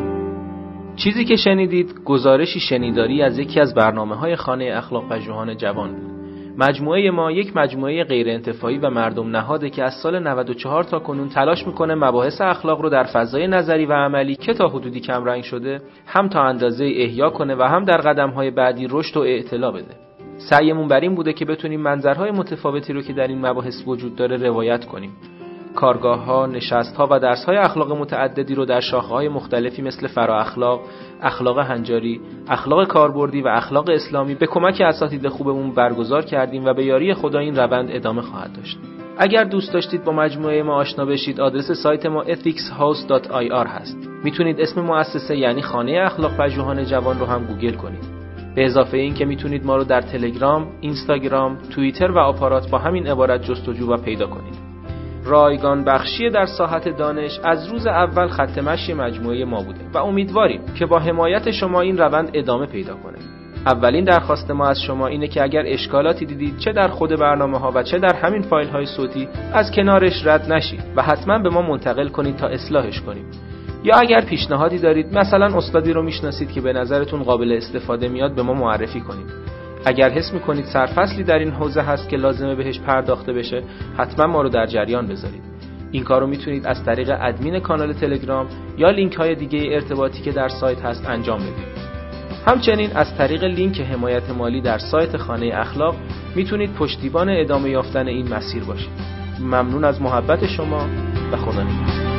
چیزی که شنیدید گزارشی شنیداری از یکی از برنامه‌های خانه اخلاق پژوهان جوان بود. مجموعه ما یک مجموعه غیر انتفاعی و مردم نهاده که از سال 94 تا کنون تلاش میکنه مباحث اخلاق رو در فضای نظری و عملی که تا حدودی کم رنگ شده هم تا اندازه احیا کنه و هم در قدم‌های بعدی رشد و اعتلا بده. سعیمون بر این بوده که بتونیم منظرهای متفاوتی رو که در این مباحث وجود داره روایت کنیم. کارگاه‌ها، نشست‌ها و درس‌های اخلاق متعددی رو در شاخه‌های مختلفی مثل فرا اخلاق، اخلاق هنجاری، اخلاق کاربردی و اخلاق اسلامی به کمک اساتید خوبمون برگزار کردیم و به یاری خدا این روند ادامه خواهد داشت. اگر دوست داشتید با مجموعه ما آشنا بشید، آدرس سایت ما ethicshouse.ir هست. میتونید اسم مؤسسه یعنی خانه اخلاق پژوهان جوان رو هم گوگل کنید. به اضافه این که میتونید ما رو در تلگرام، اینستاگرام، توییتر و آپارات با همین عبارت جستجو و پیدا کنید. رایگان بخشی در ساحت دانش از روز اول خط مشی مجموعه ما بوده و امیدواریم که با حمایت شما این روند ادامه پیدا کنه. اولین درخواست ما از شما اینه که اگر اشکالاتی دیدید چه در خود برنامه‌ها و چه در همین فایل‌های صوتی از کنارش رد نشید و حتما به ما منتقل کنید تا اصلاحش کنیم. یا اگر پیشنهادی دارید، مثلا استادی رو میشناسید که به نظرتون قابل استفاده میاد، به ما معرفی کنید. اگر حس میکنید سرفصلی در این حوزه هست که لازمه بهش پرداخته بشه، حتما ما رو در جریان بذارید. این کار رو میتونید از طریق ادمین کانال تلگرام یا لینک های دیگه ارتباطی که در سایت هست انجام بدید. همچنین از طریق لینک حمایت مالی در سایت خانه اخلاق میتونید پشتیبان ادامه یافتن این مسیر باشید. ممنون از محبت شما و خدا نگهدار.